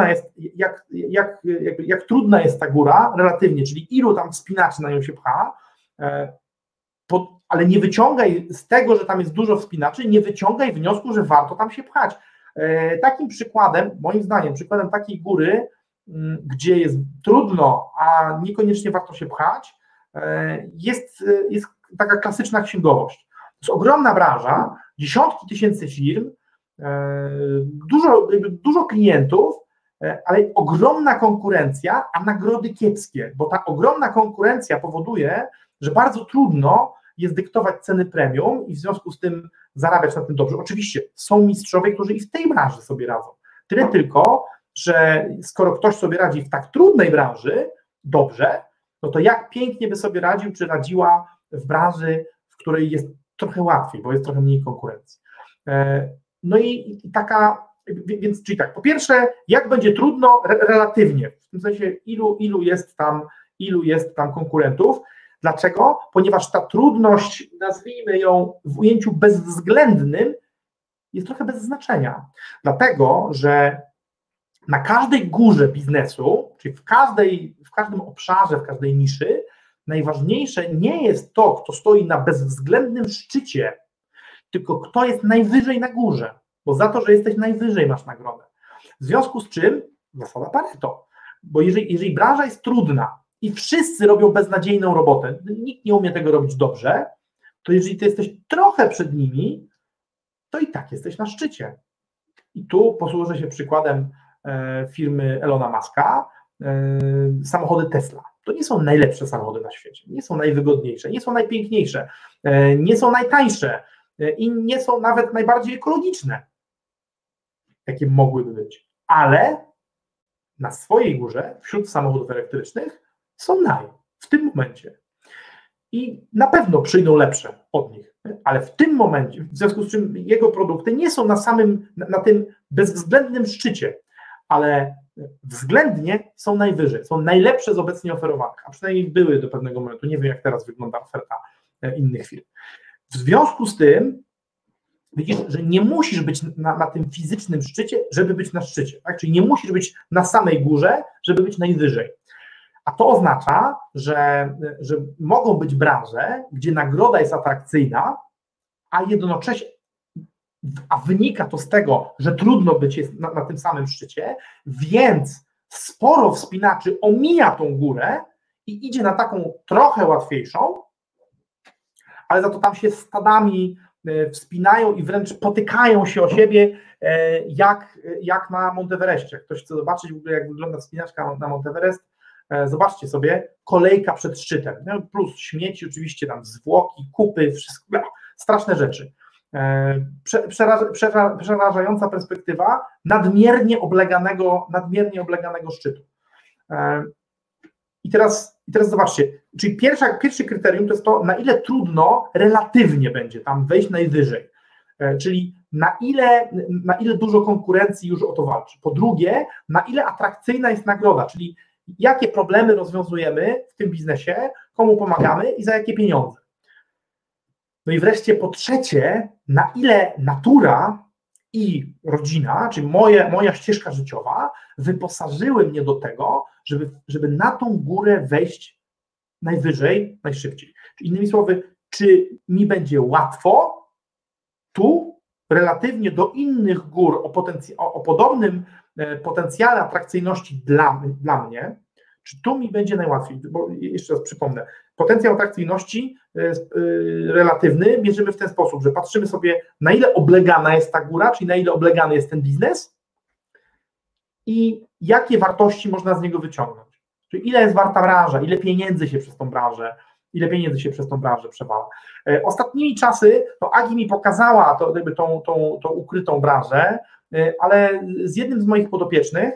jak trudna jest ta góra relatywnie, czyli ilu tam wspinaczy na nią się pcha, ale nie wyciągaj z tego, że tam jest dużo wspinaczy, nie wyciągaj wniosku, że warto tam się pchać. Takim przykładem, moim zdaniem, przykładem takiej góry, gdzie jest trudno, a niekoniecznie warto się pchać, jest taka klasyczna księgowość. To jest ogromna branża, dziesiątki tysięcy firm, dużo klientów, ale ogromna konkurencja, a nagrody kiepskie, bo ta ogromna konkurencja powoduje, że bardzo trudno jest dyktować ceny premium i w związku z tym zarabiać na tym dobrze. Oczywiście są mistrzowie, którzy i w tej branży sobie radzą. Tyle tylko, że skoro ktoś sobie radzi w tak trudnej branży dobrze, no to jak pięknie by sobie radził, czy radziła w branży, w której jest trochę łatwiej, bo jest trochę mniej konkurencji. No i czyli tak, po pierwsze, jak będzie trudno relatywnie, w tym sensie ilu jest tam konkurentów. Dlaczego? Ponieważ ta trudność, nazwijmy ją w ujęciu bezwzględnym, jest trochę bez znaczenia. Dlatego, że na każdej górze biznesu, czyli w każdym obszarze, w każdej niszy, najważniejsze nie jest to, kto stoi na bezwzględnym szczycie, tylko kto jest najwyżej na górze, bo za to, że jesteś najwyżej, masz nagrodę. W związku z czym zasada Pareto, bo jeżeli branża jest trudna i wszyscy robią beznadziejną robotę, nikt nie umie tego robić dobrze, to jeżeli ty jesteś trochę przed nimi, to i tak jesteś na szczycie. I tu posłużę się przykładem firmy Elona Muska, samochody Tesla. To nie są najlepsze samochody na świecie, nie są najwygodniejsze, nie są najpiękniejsze, nie są najtańsze i nie są nawet najbardziej ekologiczne, jakie mogłyby być, ale na swojej górze, wśród samochodów elektrycznych, są w tym momencie. i na pewno przyjdą lepsze od nich, ale w tym momencie, w związku z czym jego produkty nie są na tym bezwzględnym szczycie, ale względnie są najwyżej, są najlepsze z obecnie oferowanych, a przynajmniej były do pewnego momentu, nie wiem jak teraz wygląda oferta innych firm. W związku z tym widzisz, że nie musisz być na tym fizycznym szczycie, żeby być na szczycie, tak? Czyli nie musisz być na samej górze, żeby być najwyżej. A to oznacza, że mogą być branże, gdzie nagroda jest atrakcyjna, a jednocześnie wynika to z tego, że trudno być na tym samym szczycie, więc sporo wspinaczy omija tą górę i idzie na taką trochę łatwiejszą, ale za to tam się stadami wspinają i wręcz potykają się o siebie, jak na Monteverestie. Ktoś chce zobaczyć w ogóle, jak wygląda wspinaczka na Monteverest, zobaczcie sobie, kolejka przed szczytem, plus śmieci, oczywiście tam zwłoki, kupy, wszystko, straszne rzeczy. Przerażająca perspektywa nadmiernie obleganego szczytu. I teraz ile czyli pierwsze kryterium to jest to, na ile trudno relatywnie będzie tam wejść najwyżej, czyli na ile dużo konkurencji już o to walczy. Po drugie, na ile atrakcyjna jest nagroda, czyli jakie problemy rozwiązujemy w tym biznesie, komu pomagamy i za jakie pieniądze. No i wreszcie po trzecie, na ile natura i rodzina, czyli moja ścieżka życiowa wyposażyły mnie do tego, żeby na tą górę wejść najwyżej, najszybciej. Czyli innymi słowy, czy mi będzie łatwo tu, relatywnie do innych gór o podobnym potencjale atrakcyjności dla mnie, czy tu mi będzie najłatwiej, bo jeszcze raz przypomnę, potencjał atrakcyjności relatywny mierzymy w ten sposób, że patrzymy sobie, na ile oblegana jest ta góra, czyli na ile oblegany jest ten biznes i jakie wartości można z niego wyciągnąć. Czyli ile jest warta branża, ile pieniędzy się przez tą branżę przewala. Ostatnimi czasy to Agi mi pokazała tą ukrytą branżę, ale z jednym z moich podopiecznych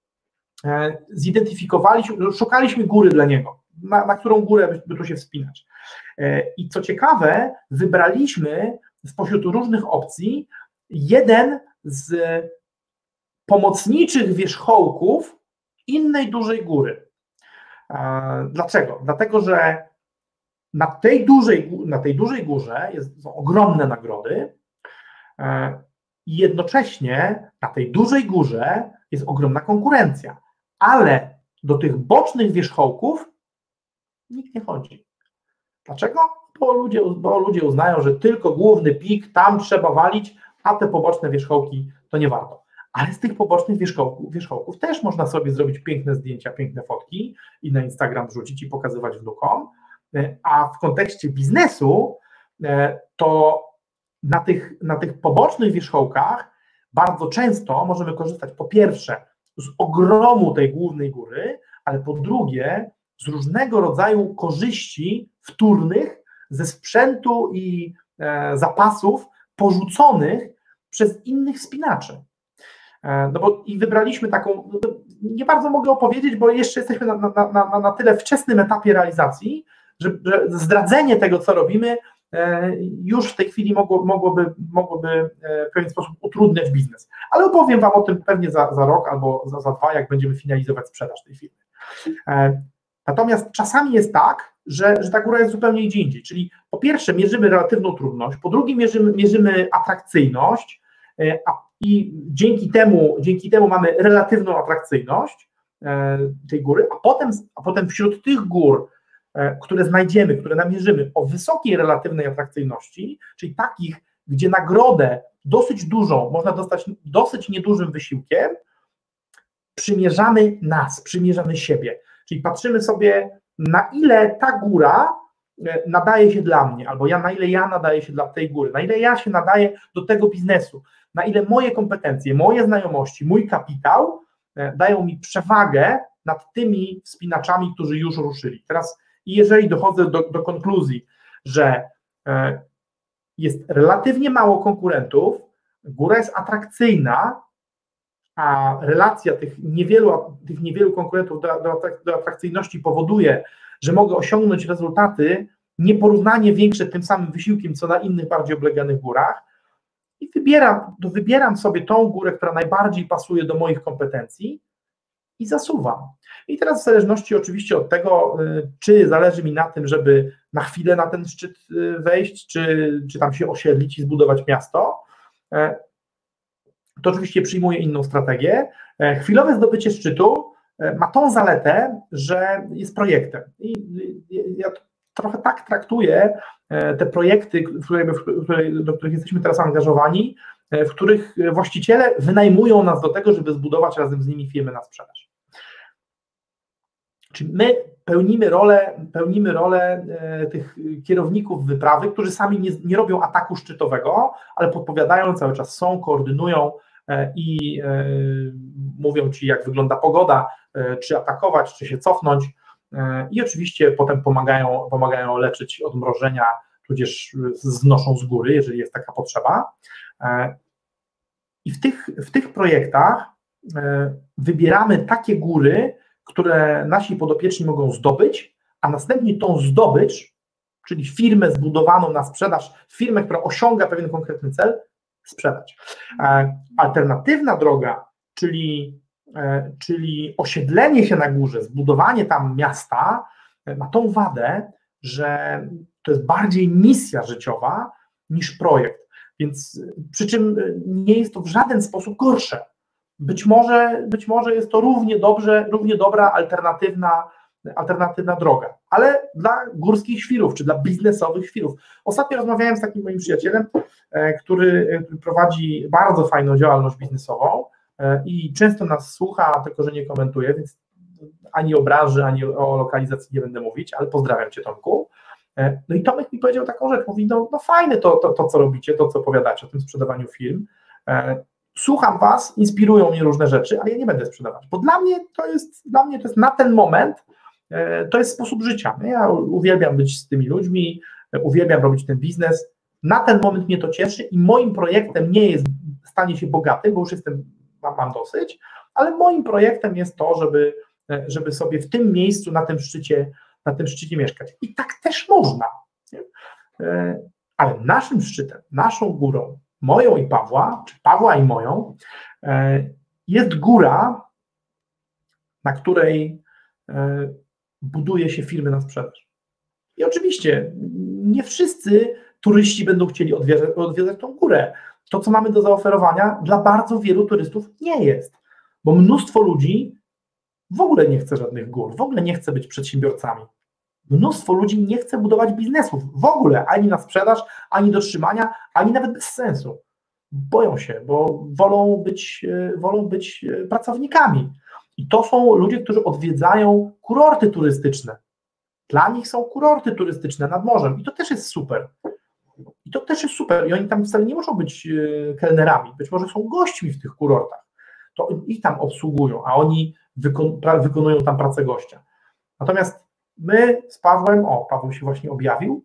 szukaliśmy góry dla niego, na którą górę by tu się wspinać. I co ciekawe, wybraliśmy spośród różnych opcji jeden z pomocniczych wierzchołków innej dużej góry. Dlaczego? Dlatego, że na tej dużej górze są ogromne nagrody i jednocześnie na tej dużej górze jest ogromna konkurencja, ale do tych bocznych wierzchołków nikt nie chodzi. Dlaczego? Bo ludzie uznają, że tylko główny pik, tam trzeba walić, a te poboczne wierzchołki to nie warto. Ale z tych pobocznych wierzchołków też można sobie zrobić piękne zdjęcia, piękne fotki i na Instagram wrzucić i pokazywać wnukom, a w kontekście biznesu to na tych pobocznych wierzchołkach bardzo często możemy korzystać po pierwsze z ogromu tej głównej góry, ale po drugie z różnego rodzaju korzyści wtórnych ze sprzętu i zapasów porzuconych przez innych wspinaczy. No bo i wybraliśmy taką, nie bardzo mogę opowiedzieć, bo jeszcze jesteśmy na tyle wczesnym etapie realizacji, że zdradzenie tego, co robimy, już w tej chwili mogłoby w pewien sposób utrudniać biznes. Ale opowiem Wam o tym pewnie za rok albo za 2, jak będziemy finalizować sprzedaż tej firmy. Natomiast czasami jest tak, że ta góra jest zupełnie gdzie indziej, czyli po pierwsze mierzymy relatywną trudność, po drugie mierzymy atrakcyjność i dzięki temu mamy relatywną atrakcyjność tej góry, a potem wśród tych gór, które znajdziemy, które namierzymy o wysokiej relatywnej atrakcyjności, czyli takich, gdzie nagrodę dosyć dużą można dostać dosyć niedużym wysiłkiem, przymierzamy siebie, czyli patrzymy sobie, na ile ta góra nadaje się dla mnie, albo na ile ja nadaję się dla tej góry, na ile ja się nadaję do tego biznesu, na ile moje kompetencje, moje znajomości, mój kapitał dają mi przewagę nad tymi wspinaczami, którzy już ruszyli. Teraz, jeżeli dochodzę do konkluzji, że jest relatywnie mało konkurentów, góra jest atrakcyjna, a relacja tych niewielu konkurentów do atrakcyjności powoduje, że mogę osiągnąć rezultaty nieporównanie większe tym samym wysiłkiem, co na innych bardziej obleganych górach i wybieram sobie tą górę, która najbardziej pasuje do moich kompetencji i zasuwam. I teraz w zależności oczywiście od tego, czy zależy mi na tym, żeby na chwilę na ten szczyt wejść, czy tam się osiedlić i zbudować miasto, to oczywiście przyjmuję inną strategię. Chwilowe zdobycie szczytu ma tą zaletę, że jest projektem. I ja trochę tak traktuję te projekty, do których jesteśmy teraz angażowani, w których właściciele wynajmują nas do tego, żeby zbudować razem z nimi firmę na sprzedaż. Czyli my pełnimy rolę tych kierowników wyprawy, którzy sami nie robią ataku szczytowego, ale podpowiadają, cały czas są, koordynują i mówią Ci, jak wygląda pogoda, czy atakować, czy się cofnąć i oczywiście potem pomagają leczyć odmrożenia, tudzież znoszą z góry, jeżeli jest taka potrzeba. I w tych projektach wybieramy takie góry, które nasi podopieczni mogą zdobyć, a następnie tą zdobycz, czyli firmę zbudowaną na sprzedaż, firmę, która osiąga pewien konkretny cel, sprzedać. Alternatywna droga, czyli osiedlenie się na górze, zbudowanie tam miasta, ma tą wadę, że to jest bardziej misja życiowa niż projekt. Więc przy czym nie jest to w żaden sposób gorsze. Być może jest to równie dobra alternatywna droga, ale dla górskich świrów, czy dla biznesowych świrów. Ostatnio rozmawiałem z takim moim przyjacielem, który prowadzi bardzo fajną działalność biznesową i często nas słucha, tylko że nie komentuje, więc ani o branży, ani o lokalizacji nie będę mówić, ale pozdrawiam Cię, Tomku. No i Tomek mi powiedział taką rzecz, mówi, no fajne to, co robicie, to, co opowiadacie o tym sprzedawaniu firm. Słucham Was, inspirują mnie różne rzeczy, ale ja nie będę sprzedawać, bo dla mnie to jest na ten moment, to jest sposób życia. Ja uwielbiam być z tymi ludźmi, uwielbiam robić ten biznes, na ten moment mnie to cieszy i moim projektem nie jest stanie się bogatym, bo już mam dosyć, ale moim projektem jest to, żeby sobie w tym miejscu, na tym szczycie mieszkać. I tak też można. Nie? Ale naszym szczytem, naszą górą, moją i Pawła, czy Pawła i moją, jest góra, na której buduje się firmy na sprzedaż. I oczywiście nie wszyscy turyści będą chcieli odwiedzać tą górę. To, co mamy do zaoferowania, dla bardzo wielu turystów nie jest, bo mnóstwo ludzi w ogóle nie chce żadnych gór, w ogóle nie chce być przedsiębiorcami. Mnóstwo ludzi nie chce budować biznesów w ogóle, ani na sprzedaż, ani do trzymania, ani nawet bez sensu. Boją się, bo wolą być pracownikami. I to są ludzie, którzy odwiedzają kurorty turystyczne. Dla nich są kurorty turystyczne nad morzem i to też jest super. I oni tam wcale nie muszą być kelnerami, być może są gośćmi w tych kurortach. To ich tam obsługują, a oni wykonują tam pracę gościa. Natomiast my z Pawłem, Paweł się właśnie objawił,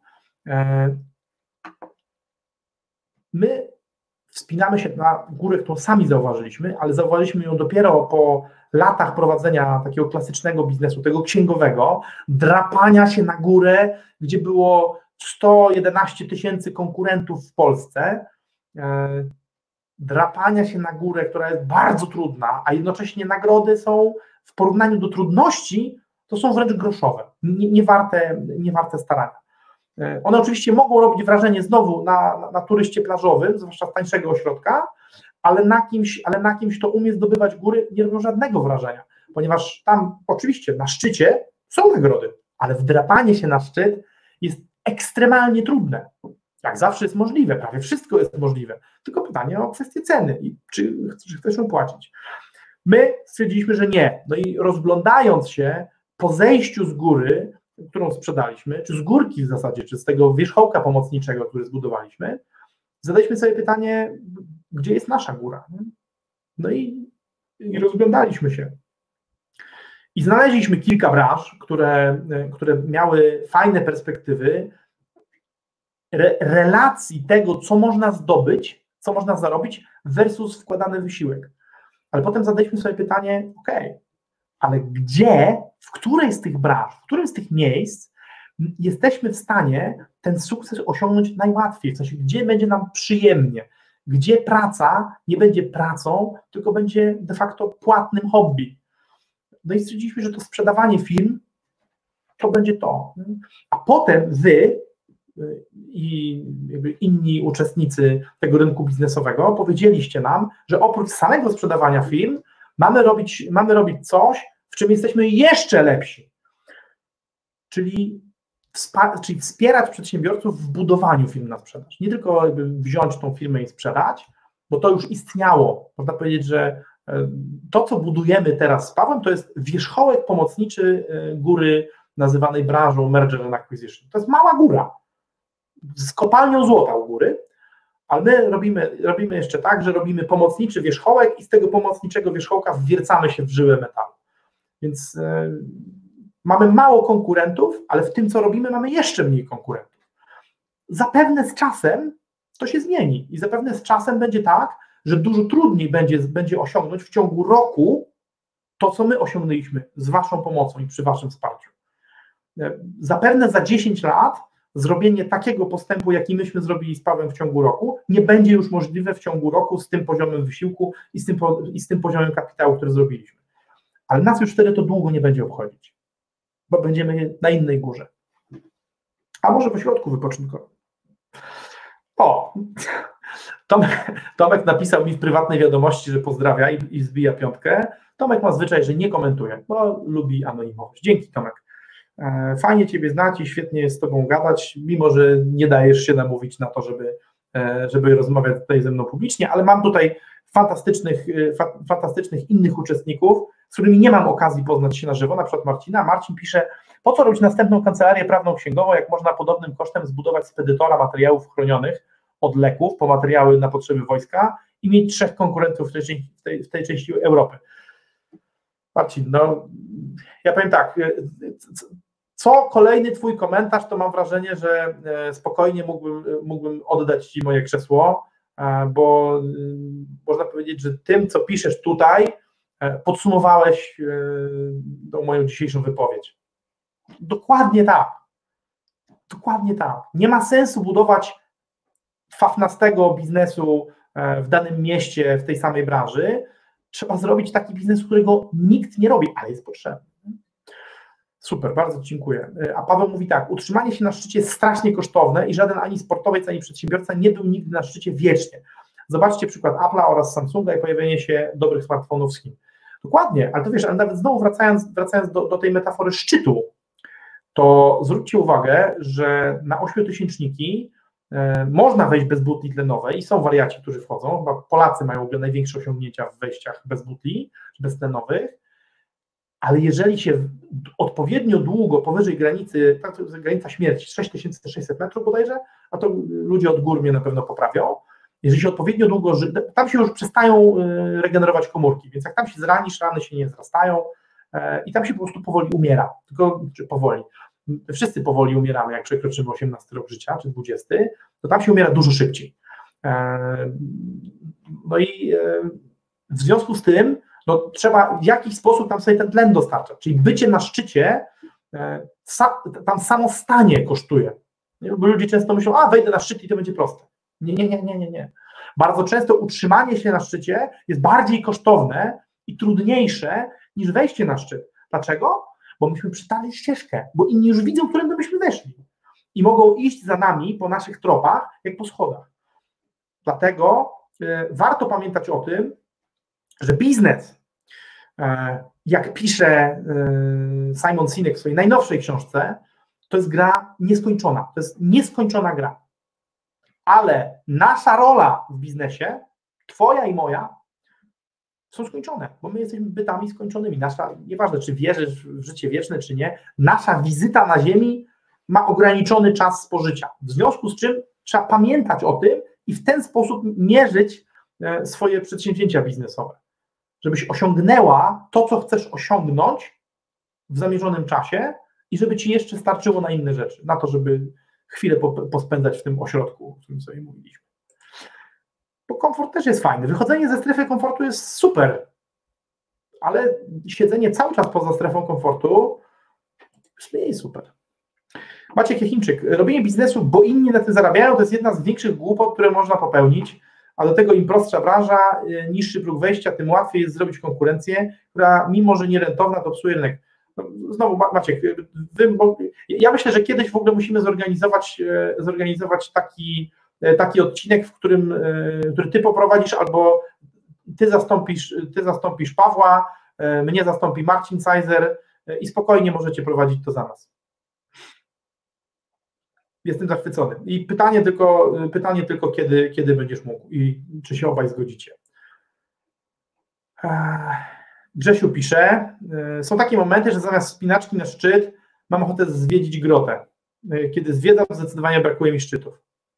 my wspinamy się na górę, którą sami zauważyliśmy, ale zauważyliśmy ją dopiero po latach prowadzenia takiego klasycznego biznesu, tego księgowego, drapania się na górę, gdzie było 111 000 konkurentów w Polsce, drapania się na górę, która jest bardzo trudna, a jednocześnie nagrody są w porównaniu do trudności, to są wręcz groszowe, nie warte starania. One oczywiście mogą robić wrażenie znowu na turyście plażowym, zwłaszcza z tańszego ośrodka, ale na kimś, kto umie zdobywać góry, nie robią żadnego wrażenia, ponieważ tam oczywiście na szczycie są nagrody, ale wdrapanie się na szczyt jest ekstremalnie trudne. Jak zawsze jest możliwe, prawie wszystko jest możliwe, tylko pytanie o kwestię ceny i czy chcesz ją płacić. My stwierdziliśmy, że nie. No i rozglądając się po zejściu z góry, którą sprzedaliśmy, czy z górki w zasadzie, czy z tego wierzchołka pomocniczego, który zbudowaliśmy, zadaliśmy sobie pytanie, gdzie jest nasza góra? No i rozglądaliśmy się. I znaleźliśmy kilka branż, które miały fajne perspektywy relacji tego, co można zdobyć, co można zarobić versus wkładany wysiłek. Ale potem zadaliśmy sobie pytanie, ale gdzie, w której z tych branż, w którym z tych miejsc jesteśmy w stanie ten sukces osiągnąć najłatwiej, w sensie gdzie będzie nam przyjemnie, gdzie praca nie będzie pracą, tylko będzie de facto płatnym hobby. No i stwierdziliśmy, że to sprzedawanie firm to będzie to. A potem wy i jakby inni uczestnicy tego rynku biznesowego powiedzieliście nam, że oprócz samego sprzedawania firm mamy robić coś, w czym jesteśmy jeszcze lepsi. Czyli wspierać przedsiębiorców w budowaniu firm na sprzedaż. Nie tylko jakby wziąć tą firmę i sprzedać, bo to już istniało. Można powiedzieć, że to, co budujemy teraz z Pawłem, to jest wierzchołek pomocniczy góry nazywanej branżą Merger and Acquisition. To jest mała góra z kopalnią złota u góry, ale my robimy jeszcze tak, że robimy pomocniczy wierzchołek i z tego pomocniczego wierzchołka wwiercamy się w żyłę metalu. Więc mamy mało konkurentów, ale w tym, co robimy, mamy jeszcze mniej konkurentów. Zapewne z czasem to się zmieni i zapewne z czasem będzie tak, że dużo trudniej będzie osiągnąć w ciągu roku to, co my osiągnęliśmy z waszą pomocą i przy waszym wsparciu. Zapewne za 10 lat zrobienie takiego postępu, jaki myśmy zrobili z Pawłem w ciągu roku, nie będzie już możliwe w ciągu roku z tym poziomem wysiłku i z tym poziomem kapitału, który zrobiliśmy. Ale nas już wtedy to długo nie będzie obchodzić, bo będziemy na innej górze. A może w ośrodku wypoczynkowym. O, Tomek napisał mi w prywatnej wiadomości, że pozdrawia i zbija piątkę. Tomek ma zwyczaj, że nie komentuje, bo lubi anonimowość. Dzięki, Tomek. Fajnie Ciebie znać i świetnie jest z Tobą gadać, mimo że nie dajesz się namówić na to, żeby rozmawiać tutaj ze mną publicznie, ale mam tutaj fantastycznych innych uczestników, z którymi nie mam okazji poznać się na żywo, na przykład Marcina. Marcin pisze, po co robić następną kancelarię prawną księgową, jak można podobnym kosztem zbudować spedytora materiałów chronionych od leków po materiały na potrzeby wojska i mieć 3 konkurentów w tej części Europy. Marcin, no ja powiem tak, co kolejny Twój komentarz, to mam wrażenie, że spokojnie mógłbym oddać Ci moje krzesło, bo można powiedzieć, że tym, co piszesz tutaj, podsumowałeś tą moją dzisiejszą wypowiedź. Dokładnie tak. Dokładnie tak. Nie ma sensu budować fafnastego biznesu w danym mieście, w tej samej branży. Trzeba zrobić taki biznes, którego nikt nie robi, ale jest potrzebny. Super, bardzo dziękuję. A Paweł mówi tak, utrzymanie się na szczycie jest strasznie kosztowne i żaden ani sportowiec, ani przedsiębiorca nie był nigdy na szczycie wiecznie. Zobaczcie przykład Apple'a oraz Samsunga i pojawienie się dobrych smartfonów z Chin. Dokładnie, ale to wiesz, ale nawet znowu wracając do tej metafory szczytu, to zwróćcie uwagę, że na 8-tysięczniki można wejść bez butli tlenowej i są wariaci, którzy wchodzą, chyba Polacy mają największe osiągnięcia w wejściach bez butli, beztlenowych, ale jeżeli się odpowiednio długo powyżej granicy, to jest granica śmierci, 6600 metrów bodajże, a to ludzie od gór mnie na pewno poprawią, jeżeli się odpowiednio długo, tam się już przestają regenerować komórki, więc jak tam się zranisz, rany się nie zrastają i tam się po prostu powoli umiera, tylko czy powoli. Wszyscy powoli umieramy, jak przekroczymy 18 rok życia, czy 20, to tam się umiera dużo szybciej. No i w związku z tym no, trzeba w jakiś sposób tam sobie ten tlen dostarczać, czyli bycie na szczycie tam samo stanie kosztuje. Bo ludzie często myślą, wejdę na szczyt i to będzie proste. Nie. Bardzo często utrzymanie się na szczycie jest bardziej kosztowne i trudniejsze niż wejście na szczyt. Dlaczego? Bo myśmy przetarli ścieżkę, bo inni już widzą, którym byśmy weszli i mogą iść za nami po naszych tropach, jak po schodach. Dlatego warto pamiętać o tym, że biznes, jak pisze Simon Sinek w swojej najnowszej książce, to jest gra nieskończona, to jest nieskończona gra. Ale nasza rola w biznesie, twoja i moja, są skończone, bo my jesteśmy bytami skończonymi. Nieważne, czy wierzysz w życie wieczne, czy nie, nasza wizyta na Ziemi ma ograniczony czas spożycia. W związku z czym trzeba pamiętać o tym i w ten sposób mierzyć swoje przedsięwzięcia biznesowe. Żebyś osiągnęła to, co chcesz osiągnąć w zamierzonym czasie i żeby ci jeszcze starczyło na inne rzeczy, na to, żeby chwilę pospędzać w tym ośrodku, o którym sobie mówiliśmy. Bo komfort też jest fajny. Wychodzenie ze strefy komfortu jest super, ale siedzenie cały czas poza strefą komfortu jest mniej super. Maciek Jachimczyk, robienie biznesu, bo inni na tym zarabiają, to jest jedna z większych głupot, które można popełnić, a do tego im prostsza branża, niższy próg wejścia, tym łatwiej jest zrobić konkurencję, która mimo, że nierentowna, to psuje rynek. No, znowu Maciek, ja myślę, że kiedyś w ogóle musimy zorganizować taki odcinek, który ty poprowadzisz, albo ty zastąpisz Pawła, mnie zastąpi Marcin Cajzer i spokojnie możecie prowadzić to za nas. Jestem zachwycony. I pytanie tylko kiedy będziesz mógł i czy się obaj zgodzicie. Grzesiu pisze, są takie momenty, że zamiast wspinaczki na szczyt mam ochotę zwiedzić grotę. Kiedy zwiedzam, zdecydowanie brakuje mi szczytów.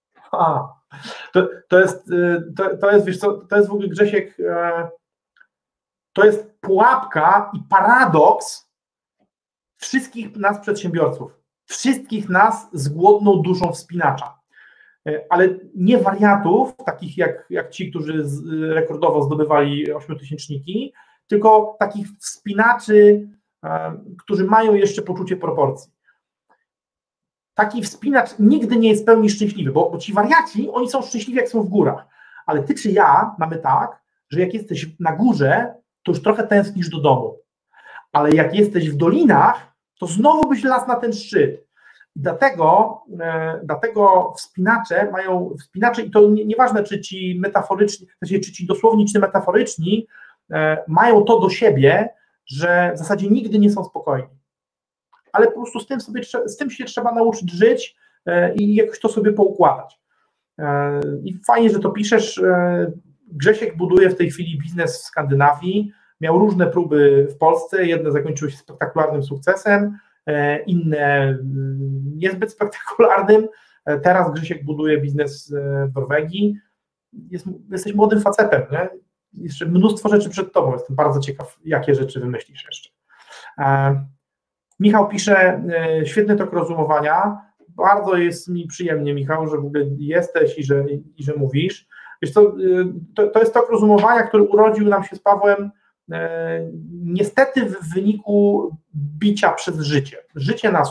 To jest, wiesz co, to jest w ogóle, Grzesiek, to jest pułapka i paradoks wszystkich nas przedsiębiorców, wszystkich nas z głodną duszą wspinacza, ale nie wariatów, takich jak ci, którzy rekordowo zdobywali 8-tysięczniki, tylko takich wspinaczy, którzy mają jeszcze poczucie proporcji. Taki wspinacz nigdy nie jest w pełni szczęśliwy, bo ci wariaci, oni są szczęśliwi, jak są w górach, ale ty czy ja mamy tak, że jak jesteś na górze, to już trochę tęsknisz do domu, ale jak jesteś w dolinach, to znowu byś las na ten szczyt. I dlatego wspinacze, i to nieważne, czy ci metaforyczni, czy ci dosłowni, czy metaforyczni, mają to do siebie, że w zasadzie nigdy nie są spokojni. Ale po prostu z tym się trzeba nauczyć żyć i jakoś to sobie poukładać. I fajnie, że to piszesz. Grzesiek buduje w tej chwili biznes w Skandynawii, miał różne próby w Polsce, jedne zakończyły się spektakularnym sukcesem, inne niezbyt spektakularnym. Teraz Grzesiek buduje biznes w Norwegii. Jesteś młodym facetem, nie? Jeszcze mnóstwo rzeczy przed tobą, jestem bardzo ciekaw, jakie rzeczy wymyślisz jeszcze. Michał pisze, świetny tok rozumowania, bardzo jest mi przyjemnie, Michał, że w ogóle jesteś i że mówisz. Wiesz co, to jest tok rozumowania, który urodził nam się z Pawłem niestety w wyniku bicia przez życie. Życie nas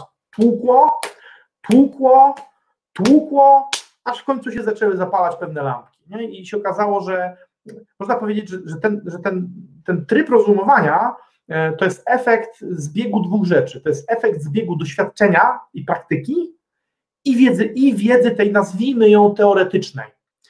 tłukło, aż w końcu się zaczęły zapalać pewne lampki. Nie? I się okazało, że można powiedzieć, że ten tryb rozumowania to jest efekt zbiegu dwóch rzeczy. To jest efekt zbiegu doświadczenia i praktyki i wiedzy tej, nazwijmy ją, teoretycznej.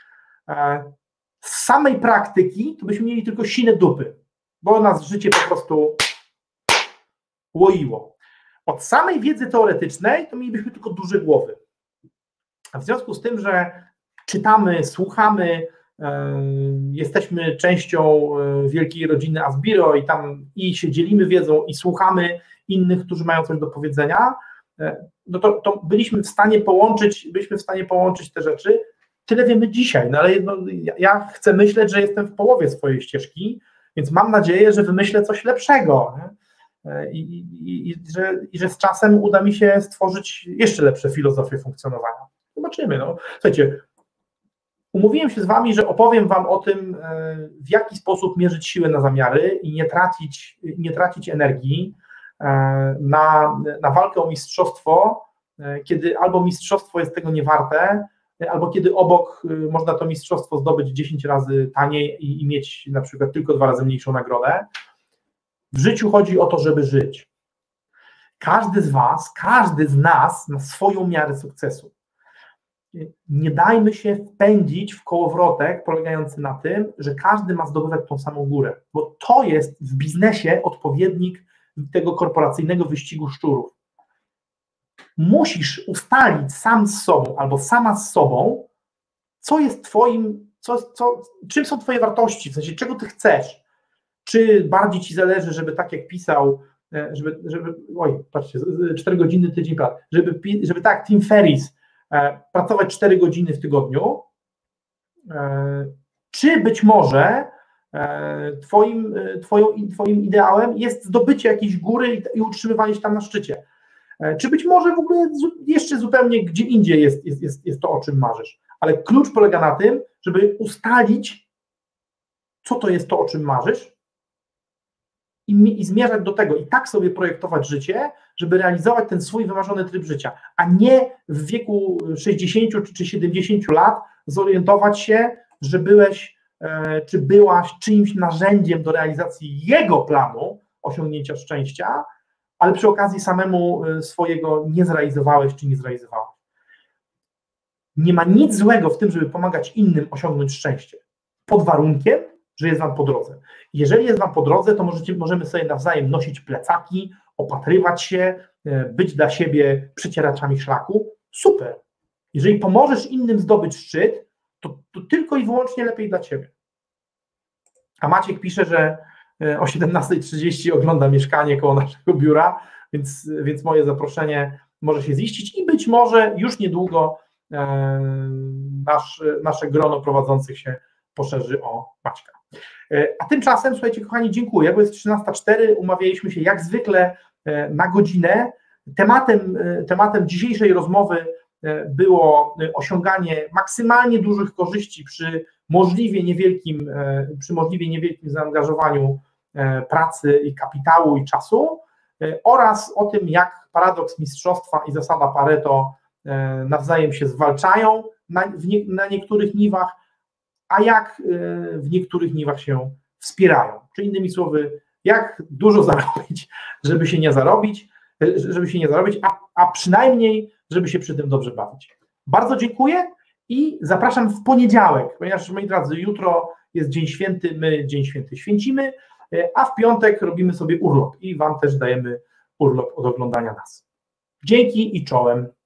Z samej praktyki to byśmy mieli tylko sine dupy, bo nas życie po prostu łoiło. Od samej wiedzy teoretycznej to mielibyśmy tylko duże głowy. A w związku z tym, że czytamy, słuchamy, jesteśmy częścią wielkiej rodziny Asbiro i się dzielimy wiedzą i słuchamy innych, którzy mają coś do powiedzenia, no to byliśmy w stanie połączyć te rzeczy. Tyle wiemy dzisiaj, no ale ja chcę myśleć, że jestem w połowie swojej ścieżki, więc mam nadzieję, że wymyślę coś lepszego, nie? I że z czasem uda mi się stworzyć jeszcze lepsze filozofie funkcjonowania. Zobaczymy. No. Słuchajcie, umówiłem się z wami, że opowiem wam o tym, w jaki sposób mierzyć siłę na zamiary i nie tracić energii na walkę o mistrzostwo, kiedy albo mistrzostwo jest tego niewarte, albo kiedy obok można to mistrzostwo zdobyć 10 razy taniej i mieć na przykład tylko 2 razy mniejszą nagrodę. W życiu chodzi o to, żeby żyć. Każdy z was, każdy z nas ma swoją miarę sukcesu. Nie dajmy się wpędzić w kołowrotek polegający na tym, że każdy ma zdobywać tą samą górę, bo to jest w biznesie odpowiednik tego korporacyjnego wyścigu szczurów. Musisz ustalić sam z sobą albo sama z sobą, co jest czym są twoje wartości, w sensie czego ty chcesz. Czy bardziej ci zależy, żeby tak jak pisał, patrzcie, 4 godziny tydzień pracy, żeby tak, Tim Ferriss, pracować 4 godziny w tygodniu, czy być może twoim ideałem jest zdobycie jakiejś góry i utrzymywanie się tam na szczycie. Czy być może w ogóle jeszcze zupełnie gdzie indziej jest to, o czym marzysz. Ale klucz polega na tym, żeby ustalić, co to jest to, o czym marzysz i zmierzać do tego i tak sobie projektować życie, żeby realizować ten swój wymarzony tryb życia, a nie w wieku 60 czy 70 lat zorientować się, że byłeś czy byłaś czyimś narzędziem do realizacji jego planu osiągnięcia szczęścia, ale przy okazji samemu swojego nie zrealizowałeś czy nie zrealizowałaś. Nie ma nic złego w tym, żeby pomagać innym osiągnąć szczęście, pod warunkiem, że jest wam po drodze. Jeżeli jest wam po drodze, to możemy sobie nawzajem nosić plecaki, opatrywać się, być dla siebie przecieraczami szlaku. Super. Jeżeli pomożesz innym zdobyć szczyt, to tylko i wyłącznie lepiej dla ciebie. A Maciek pisze, że o 17:30 ogląda mieszkanie koło naszego biura, więc moje zaproszenie może się ziścić i być może już niedługo nasze grono prowadzących się poszerzy o Maćka. A tymczasem, słuchajcie, kochani, dziękuję, bo jest 13:04, umawialiśmy się jak zwykle na godzinę. Tematem dzisiejszej rozmowy było osiąganie maksymalnie dużych korzyści przy możliwie niewielkim zaangażowaniu pracy i kapitału i czasu oraz o tym, jak paradoks mistrzostwa i zasada Pareto nawzajem się zwalczają na niektórych niwach, a jak w niektórych niwach się wspierają. Czy innymi słowy, jak dużo zarobić, żeby się nie zarobić, a przynajmniej, żeby się przy tym dobrze bawić. Bardzo dziękuję i zapraszam w poniedziałek, ponieważ, moi drodzy, jutro jest Dzień Święty, my Dzień Święty święcimy, a w piątek robimy sobie urlop i wam też dajemy urlop od oglądania nas. Dzięki i czołem.